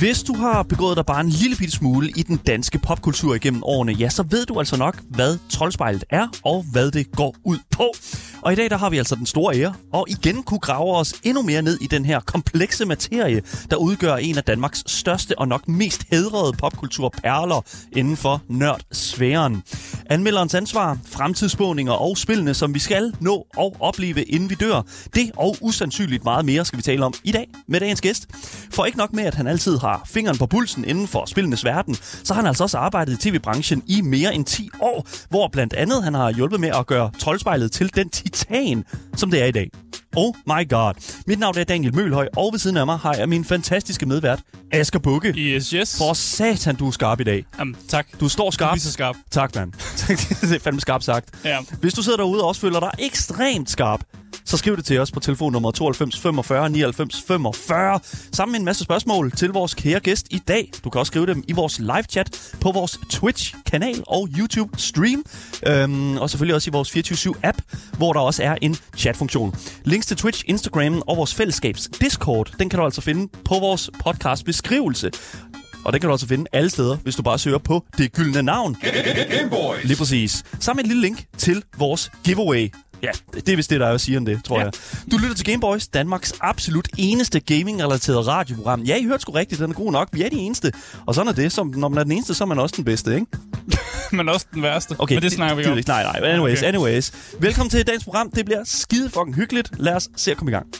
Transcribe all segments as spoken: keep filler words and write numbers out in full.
Hvis du har begået dig bare en lille bitte smule i den danske popkultur igennem årene, ja, så ved du altså nok, hvad Troldspejlet er, og hvad det går ud på. Og i dag der har vi altså den store ære, og igen kunne grave os endnu mere ned i den her komplekse materie, der udgør en af Danmarks største og nok mest hædrede popkulturperler inden for nørdsfæren. Anmelderens ansvar, fremtidsspåninger og spillene, som vi skal nå og opleve, inden vi dør. Det og usandsynligt meget mere skal vi tale om i dag med dagens gæst. For ikke nok med, at han altid har fingeren på pulsen inden for spillenes verden, så har han altså også arbejdet i tv-branchen i mere end ti år, hvor blandt andet han har hjulpet med at gøre Troldspejlet til den titan, som det er i dag. Oh my god. Mit navn er Daniel Mølhøj, og ved siden af mig har jeg min fantastiske medvært, Asger Bukke. Yes, yes. For satan, du er skarp i dag. Jamen, tak. Du står skarp. Du er lige så skarp. Tak, mand. Det er fandme skarpt sagt. Ja. Hvis du sidder derude og også føler dig ekstremt skarp, så skriv det til os på telefonnummer tooghalvfems femogfyrre nioghalvfems femogfyrre, sammen med en masse spørgsmål til vores kære gæst i dag. Du kan også skrive dem i vores live-chat på vores Twitch-kanal og YouTube-stream, øhm, og selvfølgelig også i vores fireogtyve syv app, hvor der også er en chat-funktion. Links til Twitch, Instagram og vores fællesskabs Discord, den kan du altså finde på vores podcast-beskrivelse. Og det kan du også finde alle steder, hvis du bare søger på Det Gyldne Navn. Gameboys. Lige præcis. Sammen med et lille link til vores giveaway. Ja, det er vist det, der er at sige om det, tror ja. jeg. Du lytter til Gameboys, Danmarks absolut eneste gaming-relateret radioprogram. Ja, I hørte sgu rigtigt, den er god nok. Vi er de eneste. Og sådan er det. Som, når man er den eneste, så er man også den bedste, ikke? Men også den værste. Okay, men det snakker vi om. Nej, nej. Anyways, okay. anyways. Velkommen til dagens program. Det bliver skide fucking hyggeligt. Lad os se at komme i gang.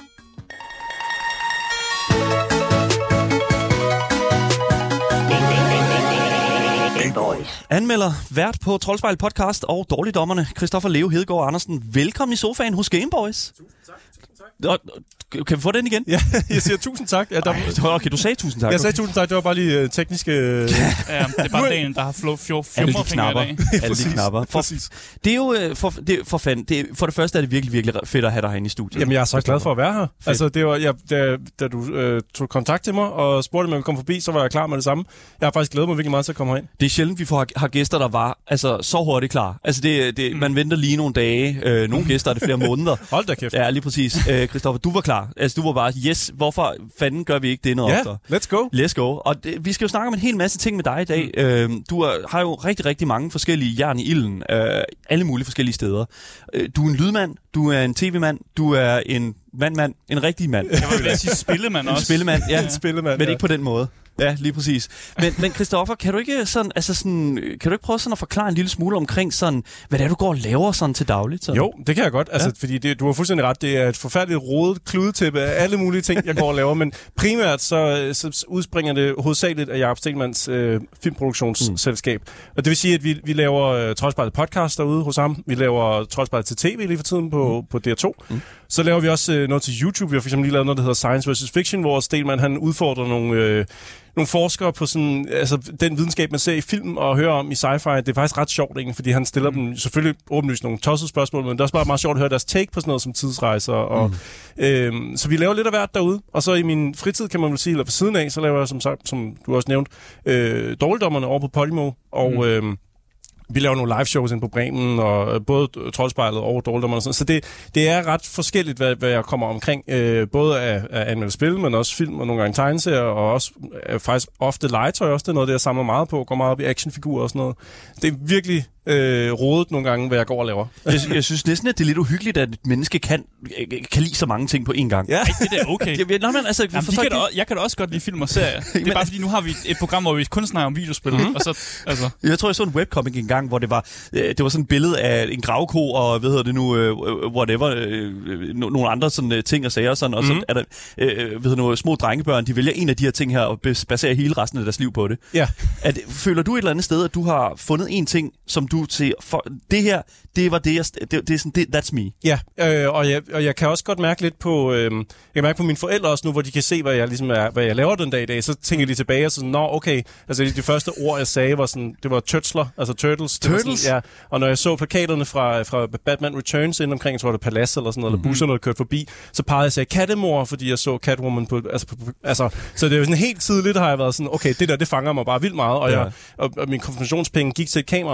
Anmelder, vært på Troldspejlet podcast og Dårligdommerne, Christoffer Leo Hedegaard Andersen. Velkommen i sofaen hos Gameboys. Tusind tak, tusind tak. Kan vi få den igen? Ja, jeg siger tusind tak. Ja, der... Ej, okay, du sagde tusind tak. Jeg sagde tusind tak, det var bare lige uh, tekniske... Uh... Ja, det er bare dagen, der har flå fjummerfingre i dag. Alle de knapper. For, det er jo for, det, for fanden. Det, for det første er det virkelig, virkelig fedt at have dig herinde i studiet. Jamen, jeg er så glad for at være her. Fedt. Altså, det var, jeg, da, da du uh, tog kontakt til mig og spurgte, om jeg ville komme forbi, så var jeg klar med det samme. Jeg har faktisk glædet mig virkelig meget til at komme herind. Det er sjældent, vi får har gæster, der var altså, så hurtigt klar. Altså, det, det, mm. man venter lige nogle dage. Øh, nogle gæster er det flere måneder. Hold da kæft. Ja, lige præcis. Øh, Christoffer, du var klar. Altså, du var bare, yes, hvorfor fanden gør vi ikke det noget ja, oftere? let's go. Let's go. Og det, vi skal jo snakke om en hel masse ting med dig i dag. Mm. Øh, du er, har jo rigtig, rigtig mange forskellige jern i ilden. Øh, alle mulige forskellige steder. Øh, du er en lydmand, du er en tv-mand, du er en vandmand, en rigtig mand. Jeg vil vel sige spillemand også. En spillemand, ja. En spillemand, men ja. ikke på den måde. Ja, lige præcis. Men, men Christoffer, kan du ikke sådan, altså sådan, kan du ikke prøve sådan at forklare en lille smule omkring sådan, hvad det er, du går og laver sådan til dagligt? Sådan? Jo, det kan jeg godt. Altså, ja. fordi det, du har fuldstændig ret. Det er et forfærdeligt rodet kludetæppe af alle mulige ting, jeg går og laver. Men primært så, så udspringer det hovedsageligt af Jakob Stelmans øh, filmproduktionsselskab. Mm. Og det vil sige, at vi, vi laver øh, Troldspejlet podcast derude hos ham. Vi laver Troldspejlet til tv lige for tiden på, mm. på D R to. Mm. Så laver vi også øh, noget til YouTube. Vi har for eksempel lige lavet noget, der hedder Science versus. Fiction, hvor Stelman han udfordrer nogle... Øh, nogle forskere på sådan, altså den videnskab, man ser i film og hører om i sci-fi. Det er faktisk ret sjovt, ikke? Fordi han stiller mm. dem selvfølgelig åbenlyst nogle tossede spørgsmål, men det er også bare meget sjovt at høre deres take på sådan noget som tidsrejser. Og, mm. øhm, så vi laver lidt af hvert derude. Og så i min fritid, kan man vel sige, eller ved siden af, så laver jeg som sagt, som du også nævnte, øh, Dårligdommerne over på Podimo. Og... Mm. Øhm, vi laver nogle live shows ind på Bremen, og både Troldspejlet og Dårligdommerne og sådan. Så det, det er ret forskelligt, hvad, hvad jeg kommer omkring. Øh, både af, af anmeldt spil, men også film og nogle gange tegneserier, og også øh, faktisk ofte legetøj også. Det er noget, det jeg samler meget på. Går meget op i actionfigurer og sådan noget. Det er virkelig øh, rodet nogle gange, hvad jeg går og laver. Jeg, jeg synes næsten, at det er lidt uhyggeligt, at et menneske kan, kan lide så mange ting på én gang. Ja, Ej, det er okay. jeg, nå, men, altså, Jamen, kan da, jeg kan da også godt lide film og serier. Det er bare fordi, nu har vi et program, hvor vi kun snakker om videospil. Mm-hmm. Og så, altså. Jeg tror, jeg så en webcomic en gang, hvor det var, det var sådan et billede af en gravko, og hvad hedder det nu, uh, whatever, uh, nogle andre sådan, uh, ting og sager. Sådan, og så mm-hmm. er der uh, hvad hedder nu, små drengebørn, de vælger en af de her ting her, og baserer hele resten af deres liv på det. Ja. At, føler du et eller andet sted, at du har fundet en ting, som du til, for, det her, det var det, jeg, det, det er sådan, det, that's me. Ja, øh, og, jeg, og jeg kan også godt mærke lidt på, øh, jeg kan mærke på mine forældre også nu, hvor de kan se, hvad jeg, ligesom er, hvad jeg laver den dag i dag, så tænker de tilbage og sådan, nå, okay, altså de første ord, jeg sagde, var sådan, det var turtler, altså turtles. Turtles? Sådan, ja, og når jeg så plakaterne fra, fra Batman Returns ind omkring, jeg tror det var Palace eller sådan noget, mm-hmm. eller busserne, der kørte forbi, så pegede jeg og sagde kattemor, fordi jeg så Catwoman på, altså, på, altså så det er jo sådan helt tidligt, har jeg været sådan, okay, det der, det fanger mig bare vildt meget, og, ja. jeg, og, og min konfirmationspenge gik til et kamera, fordi jeg vil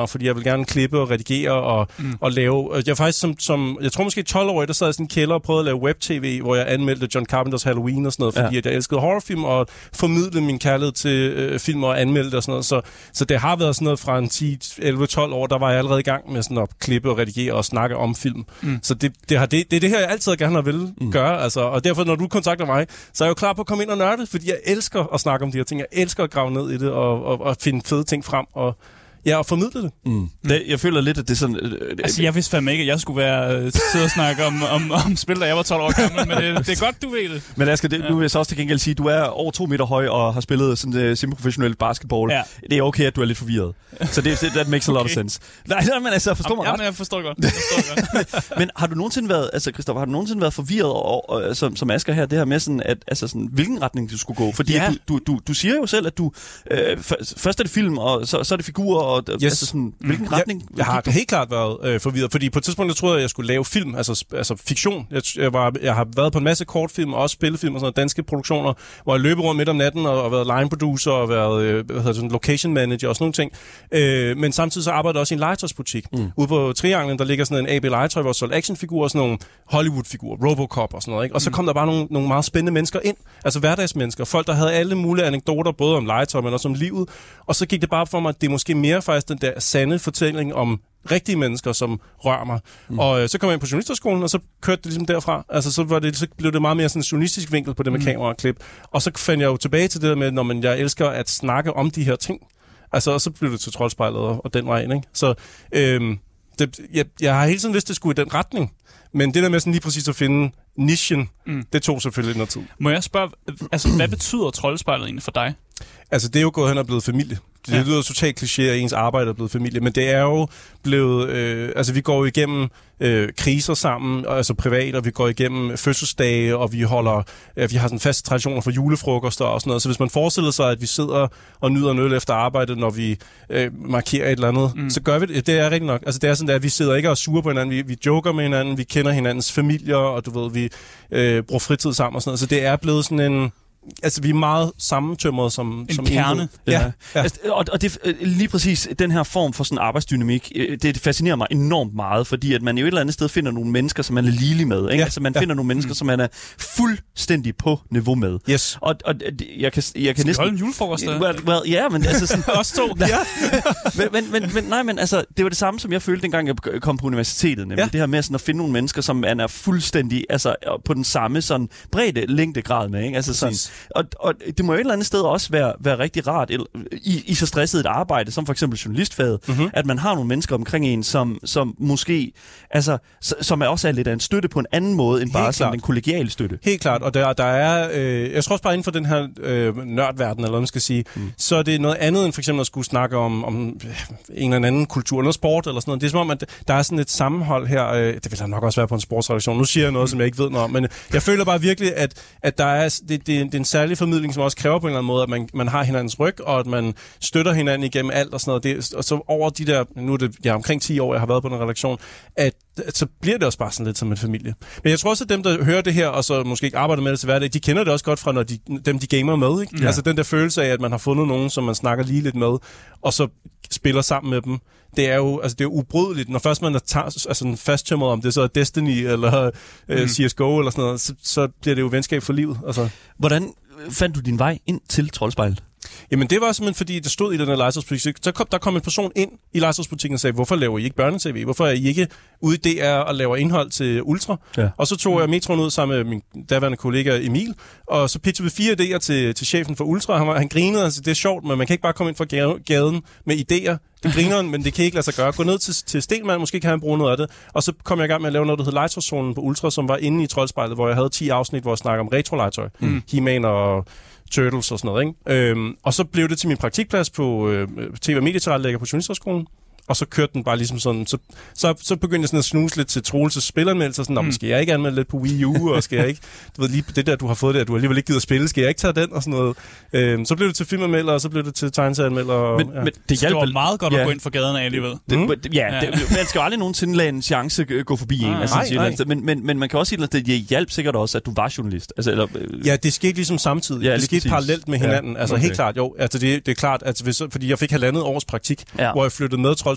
gerne klippe og redigere og, mm. og lave. Jeg faktisk som, som, jeg tror måske tolv-årig, der sad jeg i sådan en kælder og prøvede at lave web-tv, hvor jeg anmeldte John Carpenters Halloween og sådan noget, fordi ja. at jeg elskede horrorfilm og formidlede min kærlighed til øh, film og anmeldte og sådan noget. Så, så det har været sådan noget fra en ti, elleve, tolv år, der var jeg allerede i gang med sådan at klippe og redigere og snakke om film. Mm. Så det, det, har, det, det er det her, jeg altid gerne har ville mm. gøre. Altså, og derfor, når du kontakter mig, så er jeg jo klar på at komme ind og nørde, fordi jeg elsker at snakke om de her ting. Jeg elsker at grave ned i det og, og, og finde fede ting frem og ja, og formidle det. Mm. det. Jeg føler lidt, at det er sådan... Øh, altså, jeg vidste fandme ikke, at jeg skulle være øh, sidde og snakke om, om, om spil, da jeg var tolv år gammel, men det, det er godt, du ved det. Men Asger, det, ja. nu vil jeg så også til gengæld sige, at du er over to meter høj og har spillet sådan uh, semi-professionel basketball. Ja. Det er okay, at du er lidt forvirret. Så det, det that makes a lot okay. of sense. Nej, nej, men altså, forstår mig ret. Jamen, jeg forstår godt. Jeg forstår godt. Men har du nogensinde været, altså Christoffer, har du nogensinde været forvirret over, og, som, som Asger her, det her med sådan, at, altså sådan, hvilken retning du skulle gå? Fordi ja. du, du, du, du siger jo selv, at du, øh, først er det film, og så, så er det figurer, og yes. altså sådan, hvilken mm. retning? Jeg, jeg har helt klart været øh, forvirret, fordi på et tidspunkt, jeg troede, at jeg skulle lave film, altså, altså fiktion. Jeg, jeg, var, jeg har været på en masse kortfilm, og også spillefilm og sådan noget, danske produktioner, hvor jeg løber rundt midt om natten, og, og været line producer, og været øh, hvad hedder det, location manager og sådan nogle ting. Øh, men samtidig så arbejder jeg også i en legetøjsbutik. Mm. Ude på Trianglen, der ligger sådan en A B legetøj, hvor jeg solgte actionfigurer og sådan nogle Hollywood-figurer, Robocop og sådan noget. Ikke? Og så kom mm. der bare nogle, nogle meget spændende mennesker ind, altså hverdagsmennesker, folk, der havde alle mulige anekdoter, både om legetøj, men også om livet. Og så gik det bare for mig, at det er måske mere faktisk den der sande fortælling om rigtige mennesker, som rører mig. Mm. Og øh, så kom jeg ind på journalisterskolen, og så kørte det ligesom derfra. Altså, så, var det, så blev det meget mere sådan en journalistisk vinkel på det med mm. kamera og klip. Og så fandt jeg jo tilbage til det der med, når man, jeg elsker at snakke om de her ting. Altså, og så blev det til Troldspejlet og, og den vej ind, ikke? Så øhm, det, jeg, jeg har hele tiden vidst, det skulle i den retning. Men det der med sådan lige præcis at finde nichen, mm. det tog selvfølgelig noget tid. Må jeg spørge, altså, hvad betyder Troldspejlet egentlig for dig? Altså, det er jo gået hen og blevet familie. Det ja. lyder totalt kliché, at ens arbejde er blevet familie, men det er jo blevet... Øh, altså, vi går jo igennem øh, kriser sammen, altså privat, og vi går igennem fødselsdage, og vi holder... Øh, vi har sådan faste traditioner for julefrokoster og sådan noget. Så hvis man forestiller sig, at vi sidder og nyder en øl efter arbejdet, når vi øh, markerer et eller andet, mm. så gør vi det. Det er rigtigt nok. Altså, det er sådan, at vi sidder ikke og sure på hinanden. Vi, vi joker med hinanden, vi kender hinandens familier, og du ved, vi øh, bruger fritid sammen og sådan noget. Så det er blevet sådan en... Altså, vi er meget sammentømrede som en som kerne. Ja. ja. ja. Altså, og, og det lige præcis den her form for sådan arbejdsdynamik, det, det fascinerer mig enormt meget, fordi at man jo et eller andet sted finder nogle mennesker, som man er ligelig med, ikke? Ja. Altså, man ja. finder nogle mennesker, mm. som man er fuldstændig på niveau med. Yes. Og, og jeg kan jeg kan næsten holde en julefrokost der. Well, well, ja, men altså sådan også to. Ja. men, men, men, men nej, men altså, det var det samme, som jeg følte dengang jeg kom på universitetet, nemlig ja. det her med sådan at finde nogle mennesker, som man er fuldstændig altså på den samme sådan brede længdegrad med, ikke? Altså sådan. Og, og det må jo et eller andet sted også være, være rigtig rart i, i så stresset et arbejde, som for eksempel journalistfaget, mm-hmm. at man har nogle mennesker omkring en, som, som måske, altså, som er også er lidt af en støtte på en anden måde, end bare Helt sådan klart. en kollegial støtte. Helt klart, og der, der er, øh, jeg tror også bare inden for den her øh, nørdverden, eller hvad man skal sige, mm. så er det noget andet end for eksempel at skulle snakke om, om en eller anden kultur, noget sport eller sådan noget. Det er som om, at der er sådan et sammenhold her, øh, det vil der nok også være på en sportsredaktion. Nu siger jeg noget, mm. som jeg ikke ved noget om, men jeg føler bare virkelig, at, at der er, det, det, det er en særlig formidling, som også kræver på en eller anden måde, at man, man har hinandens ryg, og at man støtter hinanden igennem alt og sådan noget. Det, og så over de der, nu er det ja, omkring ti år, jeg har været på den redaktion, at, at så bliver det også bare sådan lidt som en familie. Men jeg tror også, at dem, der hører det her, og så måske ikke arbejder med det til hverdag, de kender det også godt fra, når de, dem, de gamer med. Ikke? Ja. Altså den der følelse af, at man har fundet nogen, som man snakker lige lidt med, og så spiller sammen med dem. Det er jo altså det er ubrydeligt, når først man er tager, altså fasttømret om det, så er Destiny eller øh, mm. C S G O eller sådan noget, så, så bliver det jo venskab for livet. Altså. Hvordan fandt du din vej ind til Troldspejlet? Jamen det var simpelthen fordi, der stod i den her legetøjsbutik, så kom, der kom en person ind i legetøjsbutikken og sagde, hvorfor laver I ikke børne-tv? Hvorfor er I ikke ude i D R og laver indhold til Ultra? Ja. Og så tog jeg metroen ud sammen med min daværende kollega Emil, og så pitchede vi fire idéer til, til chefen for Ultra. Han, var, han grinede, altså det er sjovt, men man kan ikke bare komme ind fra gaden med idéer. Det griner, men det kan ikke lade sig gøre. Gå ned til, til Stelman, måske kan han bruge noget af det. Og så kom jeg i gang med at lave noget, der hed Legetøjszonen på Ultra, som var inde i Troldspejlet, hvor jeg havde ti afsnit, hvor jeg snakkede om retro-legetøj. Mm. He-Man og Turtles og sådan noget, ikke? Øhm, og så blev det til min praktikplads på øh, T V- og medietilrettelægger på journalisterskolen. Og så kørte den bare ligesom sådan, så, så, så begyndte jeg sådan at snuse lidt til Troelses spilanmeldelser, sådan, mm. skal jeg ikke anmelde lidt på Wii U, og skal jeg ikke, du ved lige det der, du har fået der, du har alligevel ikke givet at spille, skal jeg ikke tage den, og sådan noget. Øhm, så blev det til filmanmelder, og så blev det til tegneserieanmelder. Men, ja. men det hjalp vel meget godt ja. at gå ind for gaderne alligevel. Det, mm. Ja, det, man skal jo aldrig nogensinde lade en chance gå forbi en. Altså, nej, nej. Men, men, men man kan også sige, at det hjalp sikkert også, at du var journalist. Altså, eller, øh... Ja, det skete ligesom samtidig. Ja, det skete præcis. Parallelt med hinanden. Ja. Altså okay. Helt klart, jo. Altså, det, det er klart, altså, hvis, fordi jeg fik halvandet års praktik, ja. hvor jeg flyttede med Troldspejlet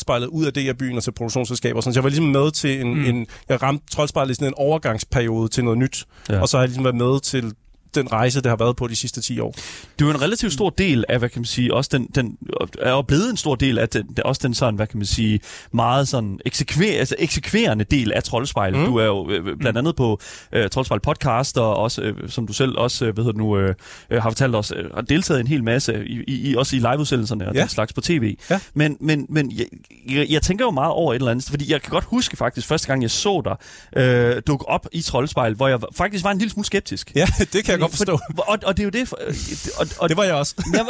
Troldspejlet ud af D R-byen og til produktionsselskaber. Så jeg var ligesom med til en... Mm. en jeg ramte Troldspejlet i sådan en overgangsperiode til noget nyt. Ja. Og så har jeg ligesom været med til den rejse, det har været på de sidste ti år. Du er en relativt stor del af, hvad kan man sige, også den, den er blevet en stor del af den, også den sådan, hvad kan man sige, meget sådan eksekver, altså eksekverende del af Troldspejlet. Mm. Du er jo øh, blandt andet på øh, Troldspejl podcast, og også, øh, som du selv også, øh, hvad hedder nu, øh, har fortalt os, øh, har deltaget en hel masse, i, i, også i liveudsendelserne og ja. den slags på tv. Ja. Men, men, men jeg, jeg, jeg tænker jo meget over et eller andet, fordi jeg kan godt huske faktisk, første gang jeg så dig øh, dukke op i Troldspejl, hvor jeg faktisk var en lille smule skeptisk. Ja, det kan jeg godt forstå. For, og, og det er jo det... For, og, og, det var jeg også. Ja,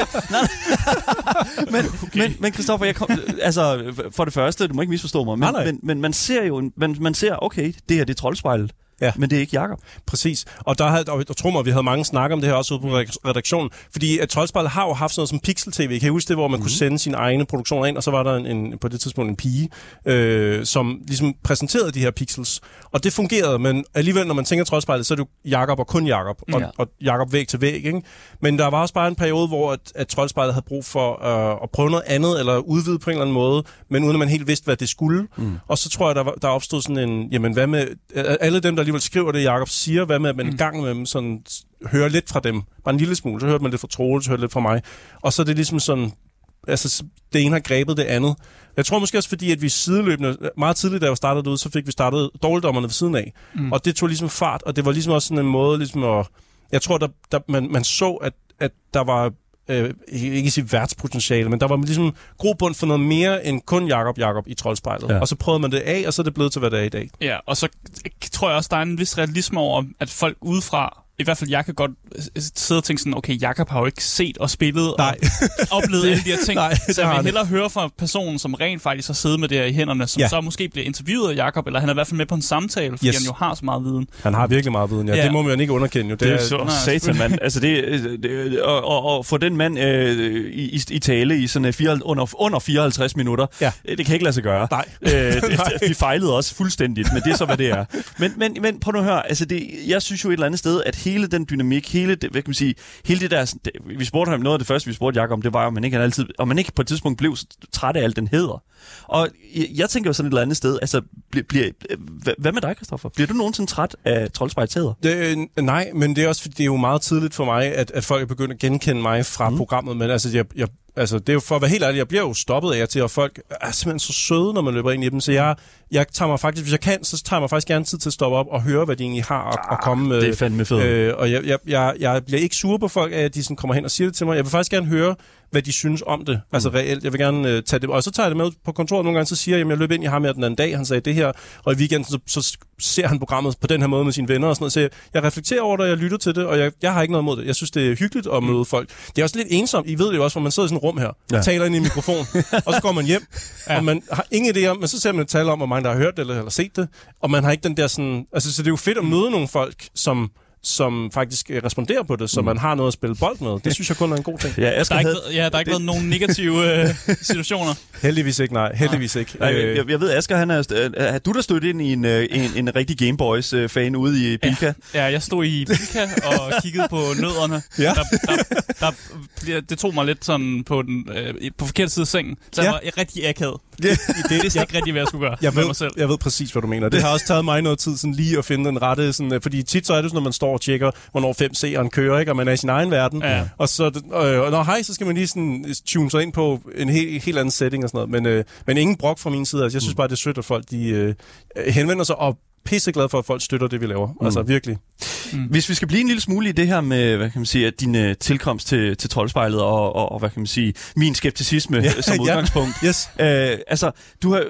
men, okay. men, men Christoffer, jeg kom, altså, for det første, du må ikke misforstå mig, men, nej, nej. men, men man ser jo, man, man ser, okay, det her det er Troldspejlet. Ja. Men det er ikke Jakob. Præcis. Og der havde, og tro mig, vi havde mange snak om det her også ude på redaktionen, fordi at Troldspejlet har jo haft sådan noget som Pixel-T V. Kan I huske det, hvor man mm-hmm. kunne sende sine egne produktioner ind, og så var der en, en, på det tidspunkt en pige, øh, som ligesom præsenterede de her pixels. Og det fungerede, men alligevel, når man tænker Troldspejlet, så er det jo Jakob og kun Jakob, og, ja. og Jakob væg til væg, ikke? Men der var også bare en periode, hvor at, at Troldspejlet havde brug for øh, at prøve noget andet, eller udvide på en eller anden måde, men uden at man helt vidste, hvad det skulle. Mm. Og så tror jeg, der, var, der opstod sådan en, jamen hvad med, alle dem, der alligevel skriver det, Jakob siger, hvad med, at man mm. i gang med dem, sådan, hører lidt fra dem. Bare en lille smule. Så hørte man lidt fra Troels, så hørte lidt fra mig. Og så er det ligesom sådan, altså det ene har grebet det andet. Jeg tror måske også, fordi at vi sideløbende, meget tidligt, da jeg startede ud, så fik vi startet Dårligdommerne ved siden af. Mm. Og det tog ligesom fart, og det var ligesom også sådan en måde, ligesom at, jeg tror, der, der, man, man så, at, at der var, øh, ikke sige værtspotentiale, men der var ligesom grobund for noget mere end kun Jakob Jakob i Troldspejlet. Ja. Og så prøvede man det af, og så er det blevet til, hvad det er i dag. Ja, og så tror jeg også, der er en vis realisme over, at folk udefra, i hvert fald jeg kan godt sidde og tænke sådan, okay, Jakob har jo ikke set og spillet Nej. og oplevet alle de her ting. Nej, så jeg vil hellere høre fra personen, som rent faktisk har siddet med det her i hænderne, som ja. så måske bliver interviewet af Jakob, eller han er i hvert fald med på en samtale, fordi yes. han jo har så meget viden. Han har virkelig meget viden, ja. ja. Det må man ikke underkende. Jo. Det, det er så satan, mand. Altså det, det og, og, og få den mand øh, i, i tale i sådan fire, under, under fireoghalvtreds minutter, ja. det kan ikke lade sig gøre. Nej. Øh, det, vi fejlede også fuldstændigt, men det er så, hvad det er. Men, men, men prøv nu at høre, altså det, jeg synes jo et eller andet sted, at hele den dynamik, hele det, hvad kan man sige, hele det der, det, vi spurgte ham noget af det første, vi spurgte Jakob om, det var, om man ikke, altid, om man ikke på et tidspunkt blev træt af alt den hedder. Og jeg, jeg tænker jo sådan et eller andet sted, altså, bliver, bliver, hvad med dig, Christoffer? Bliver du nogensinde træt af Troldspejlets hedder? Det, nej, men det er også, fordi det er jo meget tidligt for mig, at, at folk er begyndt at genkende mig fra mm. programmet, men altså, jeg, jeg Altså, det er jo for at være helt ærlig, jeg bliver jo stoppet af jer til, og folk er simpelthen så søde, når man løber ind i dem, så jeg, jeg tager mig faktisk, hvis jeg kan, så tager jeg mig faktisk gerne tid til at stoppe op og høre, hvad de egentlig har at, at komme med. Det er fandme fedt. Øh, og jeg, jeg, jeg, jeg bliver ikke sur på folk af, at de sådan kommer hen og siger det til mig. Jeg vil faktisk gerne høre, hvad de synes om det. Altså mm. reelt. Jeg vil gerne uh, tage det. Og så tager jeg det med på kontoret nogle gange, så siger jeg, at jeg løb ind i ham her den anden dag, han sagde det her, og i weekenden så, så ser han programmet på den her måde med sine venner og sådan noget. Så jeg, jeg reflekterer over det, og jeg lytter til det, og jeg, jeg har ikke noget imod det. Jeg synes, det er hyggeligt at møde mm. folk. Det er også lidt ensomt. I ved det jo også, hvor man sidder i sådan et rum her, ja. taler ind i en mikrofon, og så går man hjem, ja. og man har ingen idé om, men så ser man et tal om, hvor mange der har hørt det eller, eller set det, og man har ikke den der sådan, altså så det er jo fedt at møde nogle folk, som som faktisk responderer på det, så mm. man har noget at spille bold med. Det synes jeg kun er en god ting. Ja, der, er ikke, ja, der er ikke været nogen negative øh, situationer. Heldigvis ikke, nej. Heldigvis nej. ikke. Nej, jeg, jeg ved, Asger, han er, er du der stod ind i en, en, en rigtig Gameboys-fan ude i Bilka? Ja, ja, jeg stod i Bilka og kiggede på nødderne. Ja. Der, der, der, det tog mig lidt sådan på den øh, på forkert side af sengen, så ja. jeg var rigtig akavet. Det, det vidste ikke rigtig, hvad jeg skulle gøre jeg med ved, mig selv. Jeg ved præcis, hvad du mener. Det har også taget mig noget tid sådan lige at finde den rette, sådan, fordi tit så er det sådan, når man står og tjekker, hvornår fem C'eren kører, ikke? Og man er i sin egen verden. Ja. Og så, øh, og når hej, så skal man lige sådan tune sig ind på en helt, helt anden setting og sådan noget. Men, øh, men ingen brok fra min side. Altså, jeg synes bare, det er sødt, at folk de, øh, henvender sig, og pisseglad for, at folk støtter det, vi laver. Mm. Altså, virkelig. Mm. Hvis vi skal blive en lille smule i det her med, hvad kan man sige, din uh, tilkomst til, til Troldspejlet, og, og, og, hvad kan man sige, min skepticisme ja, som udgangspunkt. Ja. Yes. Øh, altså, du har...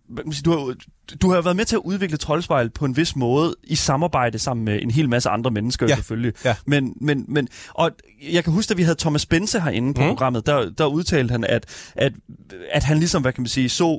Du har, du har været med til at udvikle Troldspejl på en vis måde i samarbejde sammen med en hel masse andre mennesker, ja. selvfølgelig. Ja. Men, men, men, og jeg kan huske, at vi havde Thomas Bense herinde på mm. programmet, der, der udtalte han, at, at, at han ligesom, hvad kan man sige, så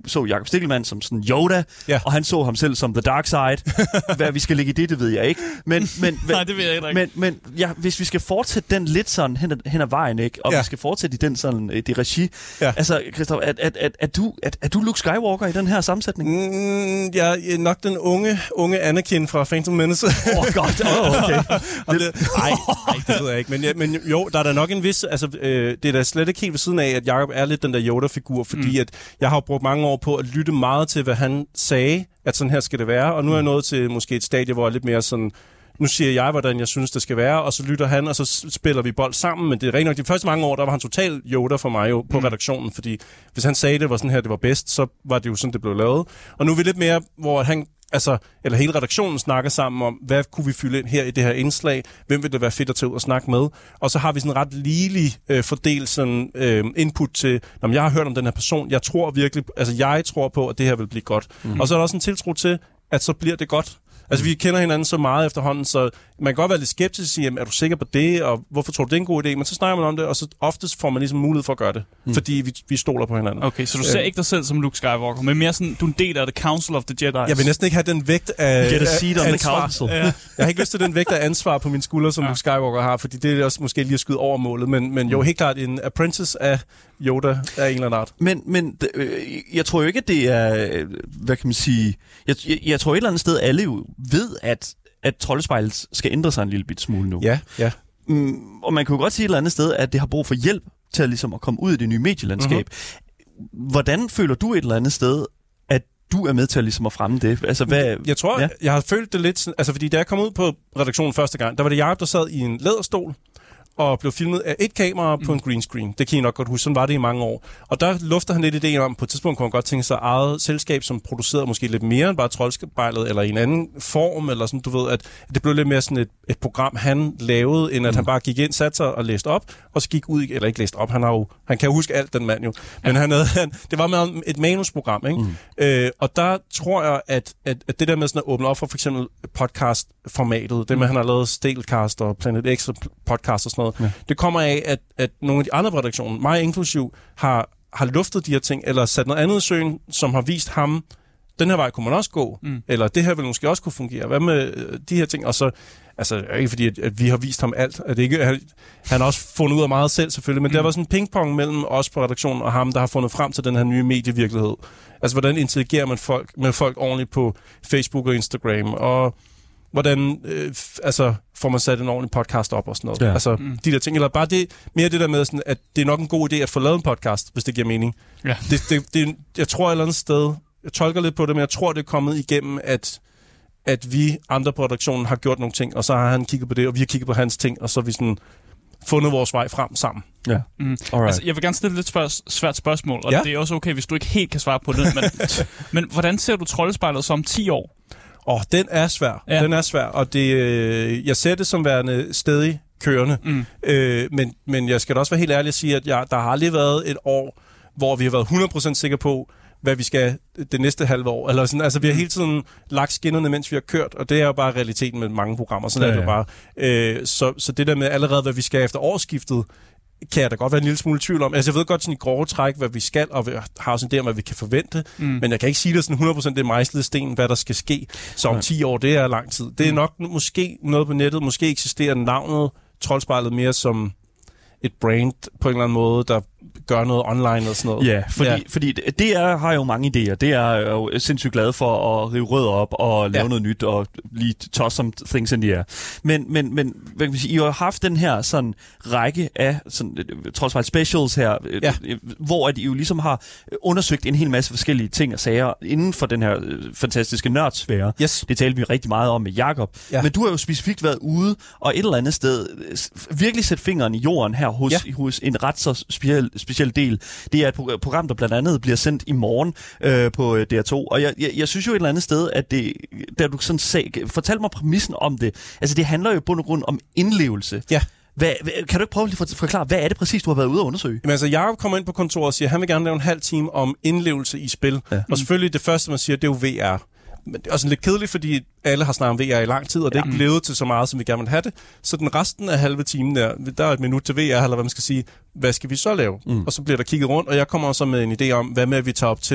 så Jakob Stikkelmann som sådan Yoda, ja. og han så ham selv som The Dark Side. Hvad vi skal lægge i det, det ved jeg ikke. Men, men, Nej, det ved jeg ikke. Men, men ja, hvis vi skal fortsætte den lidt sådan hen ad, hen ad vejen, ikke? Og ja. vi skal fortsætte i den sådan, det regi. Ja. Altså, Christoph, er, er, er, er, du, er, er du Luke Skywalker i den her sammensætning? Mm, jeg er nok den unge, unge Anakin fra Phantom Menace. Åh, oh, godt. Oh, okay. det, nej, nej, det ved jeg ikke. Men, ja, men jo, der er der nok en vis... Altså, øh, det er da slet ikke helt ved siden af, at Jacob er lidt den der Yoda-figur, fordi mm. at jeg har brugt mange år på at lytte meget til, hvad han sagde, at sådan her skal det være. Og nu er jeg nået til måske et stadie, hvor jeg er lidt mere sådan... Nu siger jeg, hvordan jeg synes, det skal være, og så lytter han, og så spiller vi bold sammen. Men det er rent nok, de første mange år, der var han total Yoda for mig jo på mm. redaktionen, fordi hvis han sagde, det var sådan her, det var bedst, så var det jo sådan, det blev lavet. Og nu er vi lidt mere, hvor han, altså, eller hele redaktionen snakker sammen om, hvad kunne vi fylde ind her i det her indslag, hvem vil det være fedt at tage ud og snakke med, og så har vi sådan en ret ligelig øh, fordelt sådan, øh, input til, når jeg har hørt om den her person, jeg tror virkelig, altså jeg tror på, at det her vil blive godt. Mm. Og så er der også en tiltro til, at så bliver det godt. Altså, vi kender hinanden så meget efterhånden, så man kan godt være lidt skeptisk og sige, er du sikker på det, og hvorfor tror du, det er en god idé? Men så snakker man om det, og så oftest får man ligesom mulighed for at gøre det, mm. fordi vi, vi stoler på hinanden. Okay, så du ser øh. ikke dig selv som Luke Skywalker, men mere sådan, du er en del af The Council of the Jedi. Jeg vil næsten ikke have den vægt af, Get a seat af on ansvar. The council. Ja. Jeg har ikke lyst til den vægt af ansvar på mine skuldre, som ja. Luke Skywalker har, fordi det er også måske lige at skyde over målet, men, men jo, helt klart en apprentice af Yoda af en eller anden art. Men, men øh, jeg tror jo ikke, at det er, hvad kan man sige, jeg, jeg, jeg tror et eller andet sted, alle jo ved, at at Troldspejlet skal ændre sig en lille bit smule nu. Ja, ja. Mm, og man kan jo godt sige et eller andet sted, at det har brug for hjælp til at, ligesom, at komme ud i det nye medielandskab. Mm-hmm. Hvordan føler du et eller andet sted, at du er med til at, ligesom, at fremme det? Altså, hvad, jeg tror, ja? jeg har følt det lidt... Altså, fordi da jeg kom ud på redaktionen første gang, der var det Jacob, der sad i en læderstol, og blev filmet af et kamera på en green screen. Det kan I nok godt huske. Sådan var det i mange år. Og der lufter han lidt idéen om, på et tidspunkt kunne han godt tænke sig eget selskab, som producerede måske lidt mere end bare Troldspejlet, eller i en anden form, eller sådan, du ved, at det blev lidt mere sådan et, et program, han lavede, end at mm. han bare gik ind, satte sig og læste op, og så gik ud, eller ikke læste op, han, har jo, han kan jo huske alt, den mand jo. Men ja. han havde, han, det var med et manusprogram, ikke? Mm. Øh, og der tror jeg, at, at, at det der med sådan at åbne op for for eksempel podcast-formatet, det med, mm. han har lavet Stelcast og Planet X og podcast og sådan noget, ja. Det kommer af, at, at nogle af de andre redaktioner, mig inklusiv, har, har luftet de her ting, eller sat noget andet i søen, som har vist ham, den her vej kunne man også gå, mm. eller det her vil måske også kunne fungere. Hvad med de her ting? Og så, altså ikke fordi, at, at vi har vist ham alt. At det ikke, han, han har også fundet ud af meget selv, selvfølgelig, men mm. der var sådan en pingpong mellem os på redaktionen og ham, der har fundet frem til den her nye medievirkelighed. Altså, hvordan interagerer man folk, med folk ordentligt på Facebook og Instagram, og hvordan øh, altså, får man sat en ordentlig podcast op og sådan noget. Ja. Altså, mm. de der ting. Eller bare det, mere det der med, sådan, at det er nok en god idé at få lavet en podcast, hvis det giver mening. Ja. Det, det, det, jeg tror et eller andet sted, jeg tolker lidt på det, men jeg tror, det er kommet igennem, at, at vi andre på redaktionen har gjort nogle ting, og så har han kigget på det, og vi har kigget på hans ting, og så har vi sådan fundet vores vej frem sammen. Ja. Mm. Altså, jeg vil gerne stille et lidt spørg- svært spørgsmål, og ja? det er også okay, hvis du ikke helt kan svare på det, men, men hvordan ser du Troldspejlet som ti år? Åh, oh, den er svær. Ja. Den er svær, og det, øh, jeg ser det som værende stadig kørende. Mm. Øh, men, men jeg skal da også være helt ærlig at sige, at jeg, der har aldrig været et år, hvor vi har været hundrede procent sikre på, hvad vi skal det næste halve år. Eller sådan, altså, vi har hele tiden lagt skinnerne, mens vi har kørt, og det er jo bare realiteten med mange programmer. Sådan ja, er det jo bare. Øh, så, så det der med allerede, hvad vi skal efter årsskiftet, kan jeg da godt være en lille smule tvivl om. Altså, jeg ved godt sådan i grove træk, hvad vi skal, og vi har også en idé om, hvad vi kan forvente, mm. men jeg kan ikke sige det sådan hundrede procent, det er mejslet sten, hvad der skal ske. Så om ti år, det er lang tid. Det er nok måske noget på nettet, måske eksisterer navnet Troldspejlet mere som et brand på en eller anden måde, der gør noget online og sådan noget. Ja, fordi, ja. fordi D R har jo mange idéer. D R er jo sindssygt glad for at rive rødder op og lave ja. noget nyt og lige toss some things in the air. Men, men, men hvad kan vi sige, I har haft den her sådan række af sådan, trods alt specials her, ja. hvor at I jo ligesom har undersøgt en hel masse forskellige ting og sager inden for den her fantastiske nørdsfære. Yes. Det talte vi rigtig meget om med Jakob. Ja. Men du har jo specifikt været ude og et eller andet sted virkelig sætte fingeren i jorden her hos, ja. hos en ret så speciel speciel del. Det er et program, der blandt andet bliver sendt i morgen øh, på D R to. Og jeg, jeg, jeg synes jo et eller andet sted, at det, da du sådan sag, fortal mig præmissen om det. Altså, det handler jo bund og grund om indlevelse. Ja. Hvad, kan du ikke prøve lige at forklare, hvad er det præcis, du har været ude og undersøge? Jamen altså, Jacob kommer ind på kontoret og siger, at han vil gerne lave en halv time om indlevelse i spil. Ja. Og selvfølgelig det første, man siger, det er jo V R. Men det er også lidt kedeligt, fordi alle har snakket om V R i lang tid, og det er ja. ikke blevet til så meget, som vi gerne vil have det. Så den resten af halve timen der, der er et minut til V R, eller hvad man skal sige, hvad skal vi så lave? Mm. Og så bliver der kigget rundt, og jeg kommer også med en idé om, hvad med at vi tager op til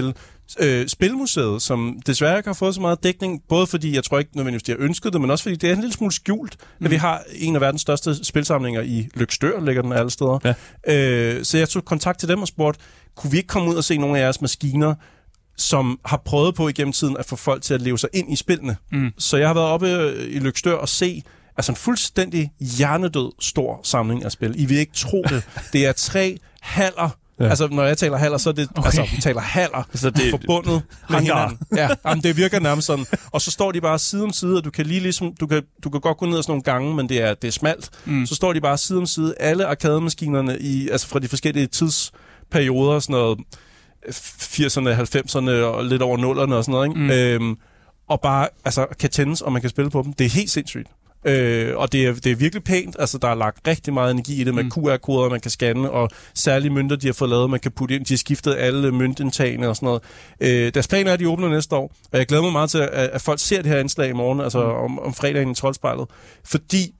Øh, Spilmuseet, som desværre ikke har fået så meget dækning, både fordi jeg tror ikke nødvendigvis, de har ønsket det, men også fordi det er en lille smule skjult, mm. at vi har en af verdens største spilsamlinger i Løgstør, ligger den alle steder. Ja. Øh, så jeg tog kontakt til dem og spurgte, kunne vi ikke komme ud og se nogle af jeres maskiner, som har prøvet på igennem tiden at få folk til at leve sig ind i spillene. Mm. Så jeg har været oppe i Løgstør og se altså en fuldstændig hjernedød stor samling af spil. I vil ikke tro det. Det er tre haller. Ja. Altså, når jeg taler haller, så er det... Okay. Altså, vi taler haller så det, forbundet med hinanden. Ja, jamen, det virker nærmest sådan. Og så står de bare side om side, og du kan lige ligesom... Du kan, du kan godt gå ned ad sådan nogle gange, men det er, det er smalt. Mm. Så står de bare side om side. Alle arcade-maskinerne i, altså fra de forskellige tidsperioder, sådan noget firserne, halvfemserne og lidt over nullerne og sådan noget, ikke? Mm. Øhm, og bare altså, kan tændes, og man kan spille på dem. Det er helt sindssygt. Øh, og det er, det er virkelig pænt. Altså, der er lagt rigtig meget energi i det med mm. Q R-koder, man kan scanne, og særlige mønter, de har fået lavet, man kan putte ind. De har skiftet alle møntindtagene og sådan noget. Øh, deres plan er, at de åbner næste år, og jeg glæder mig meget til, at, at folk ser det her indslag i morgen, altså mm. om, om fredagen i Troldspejlet, fordi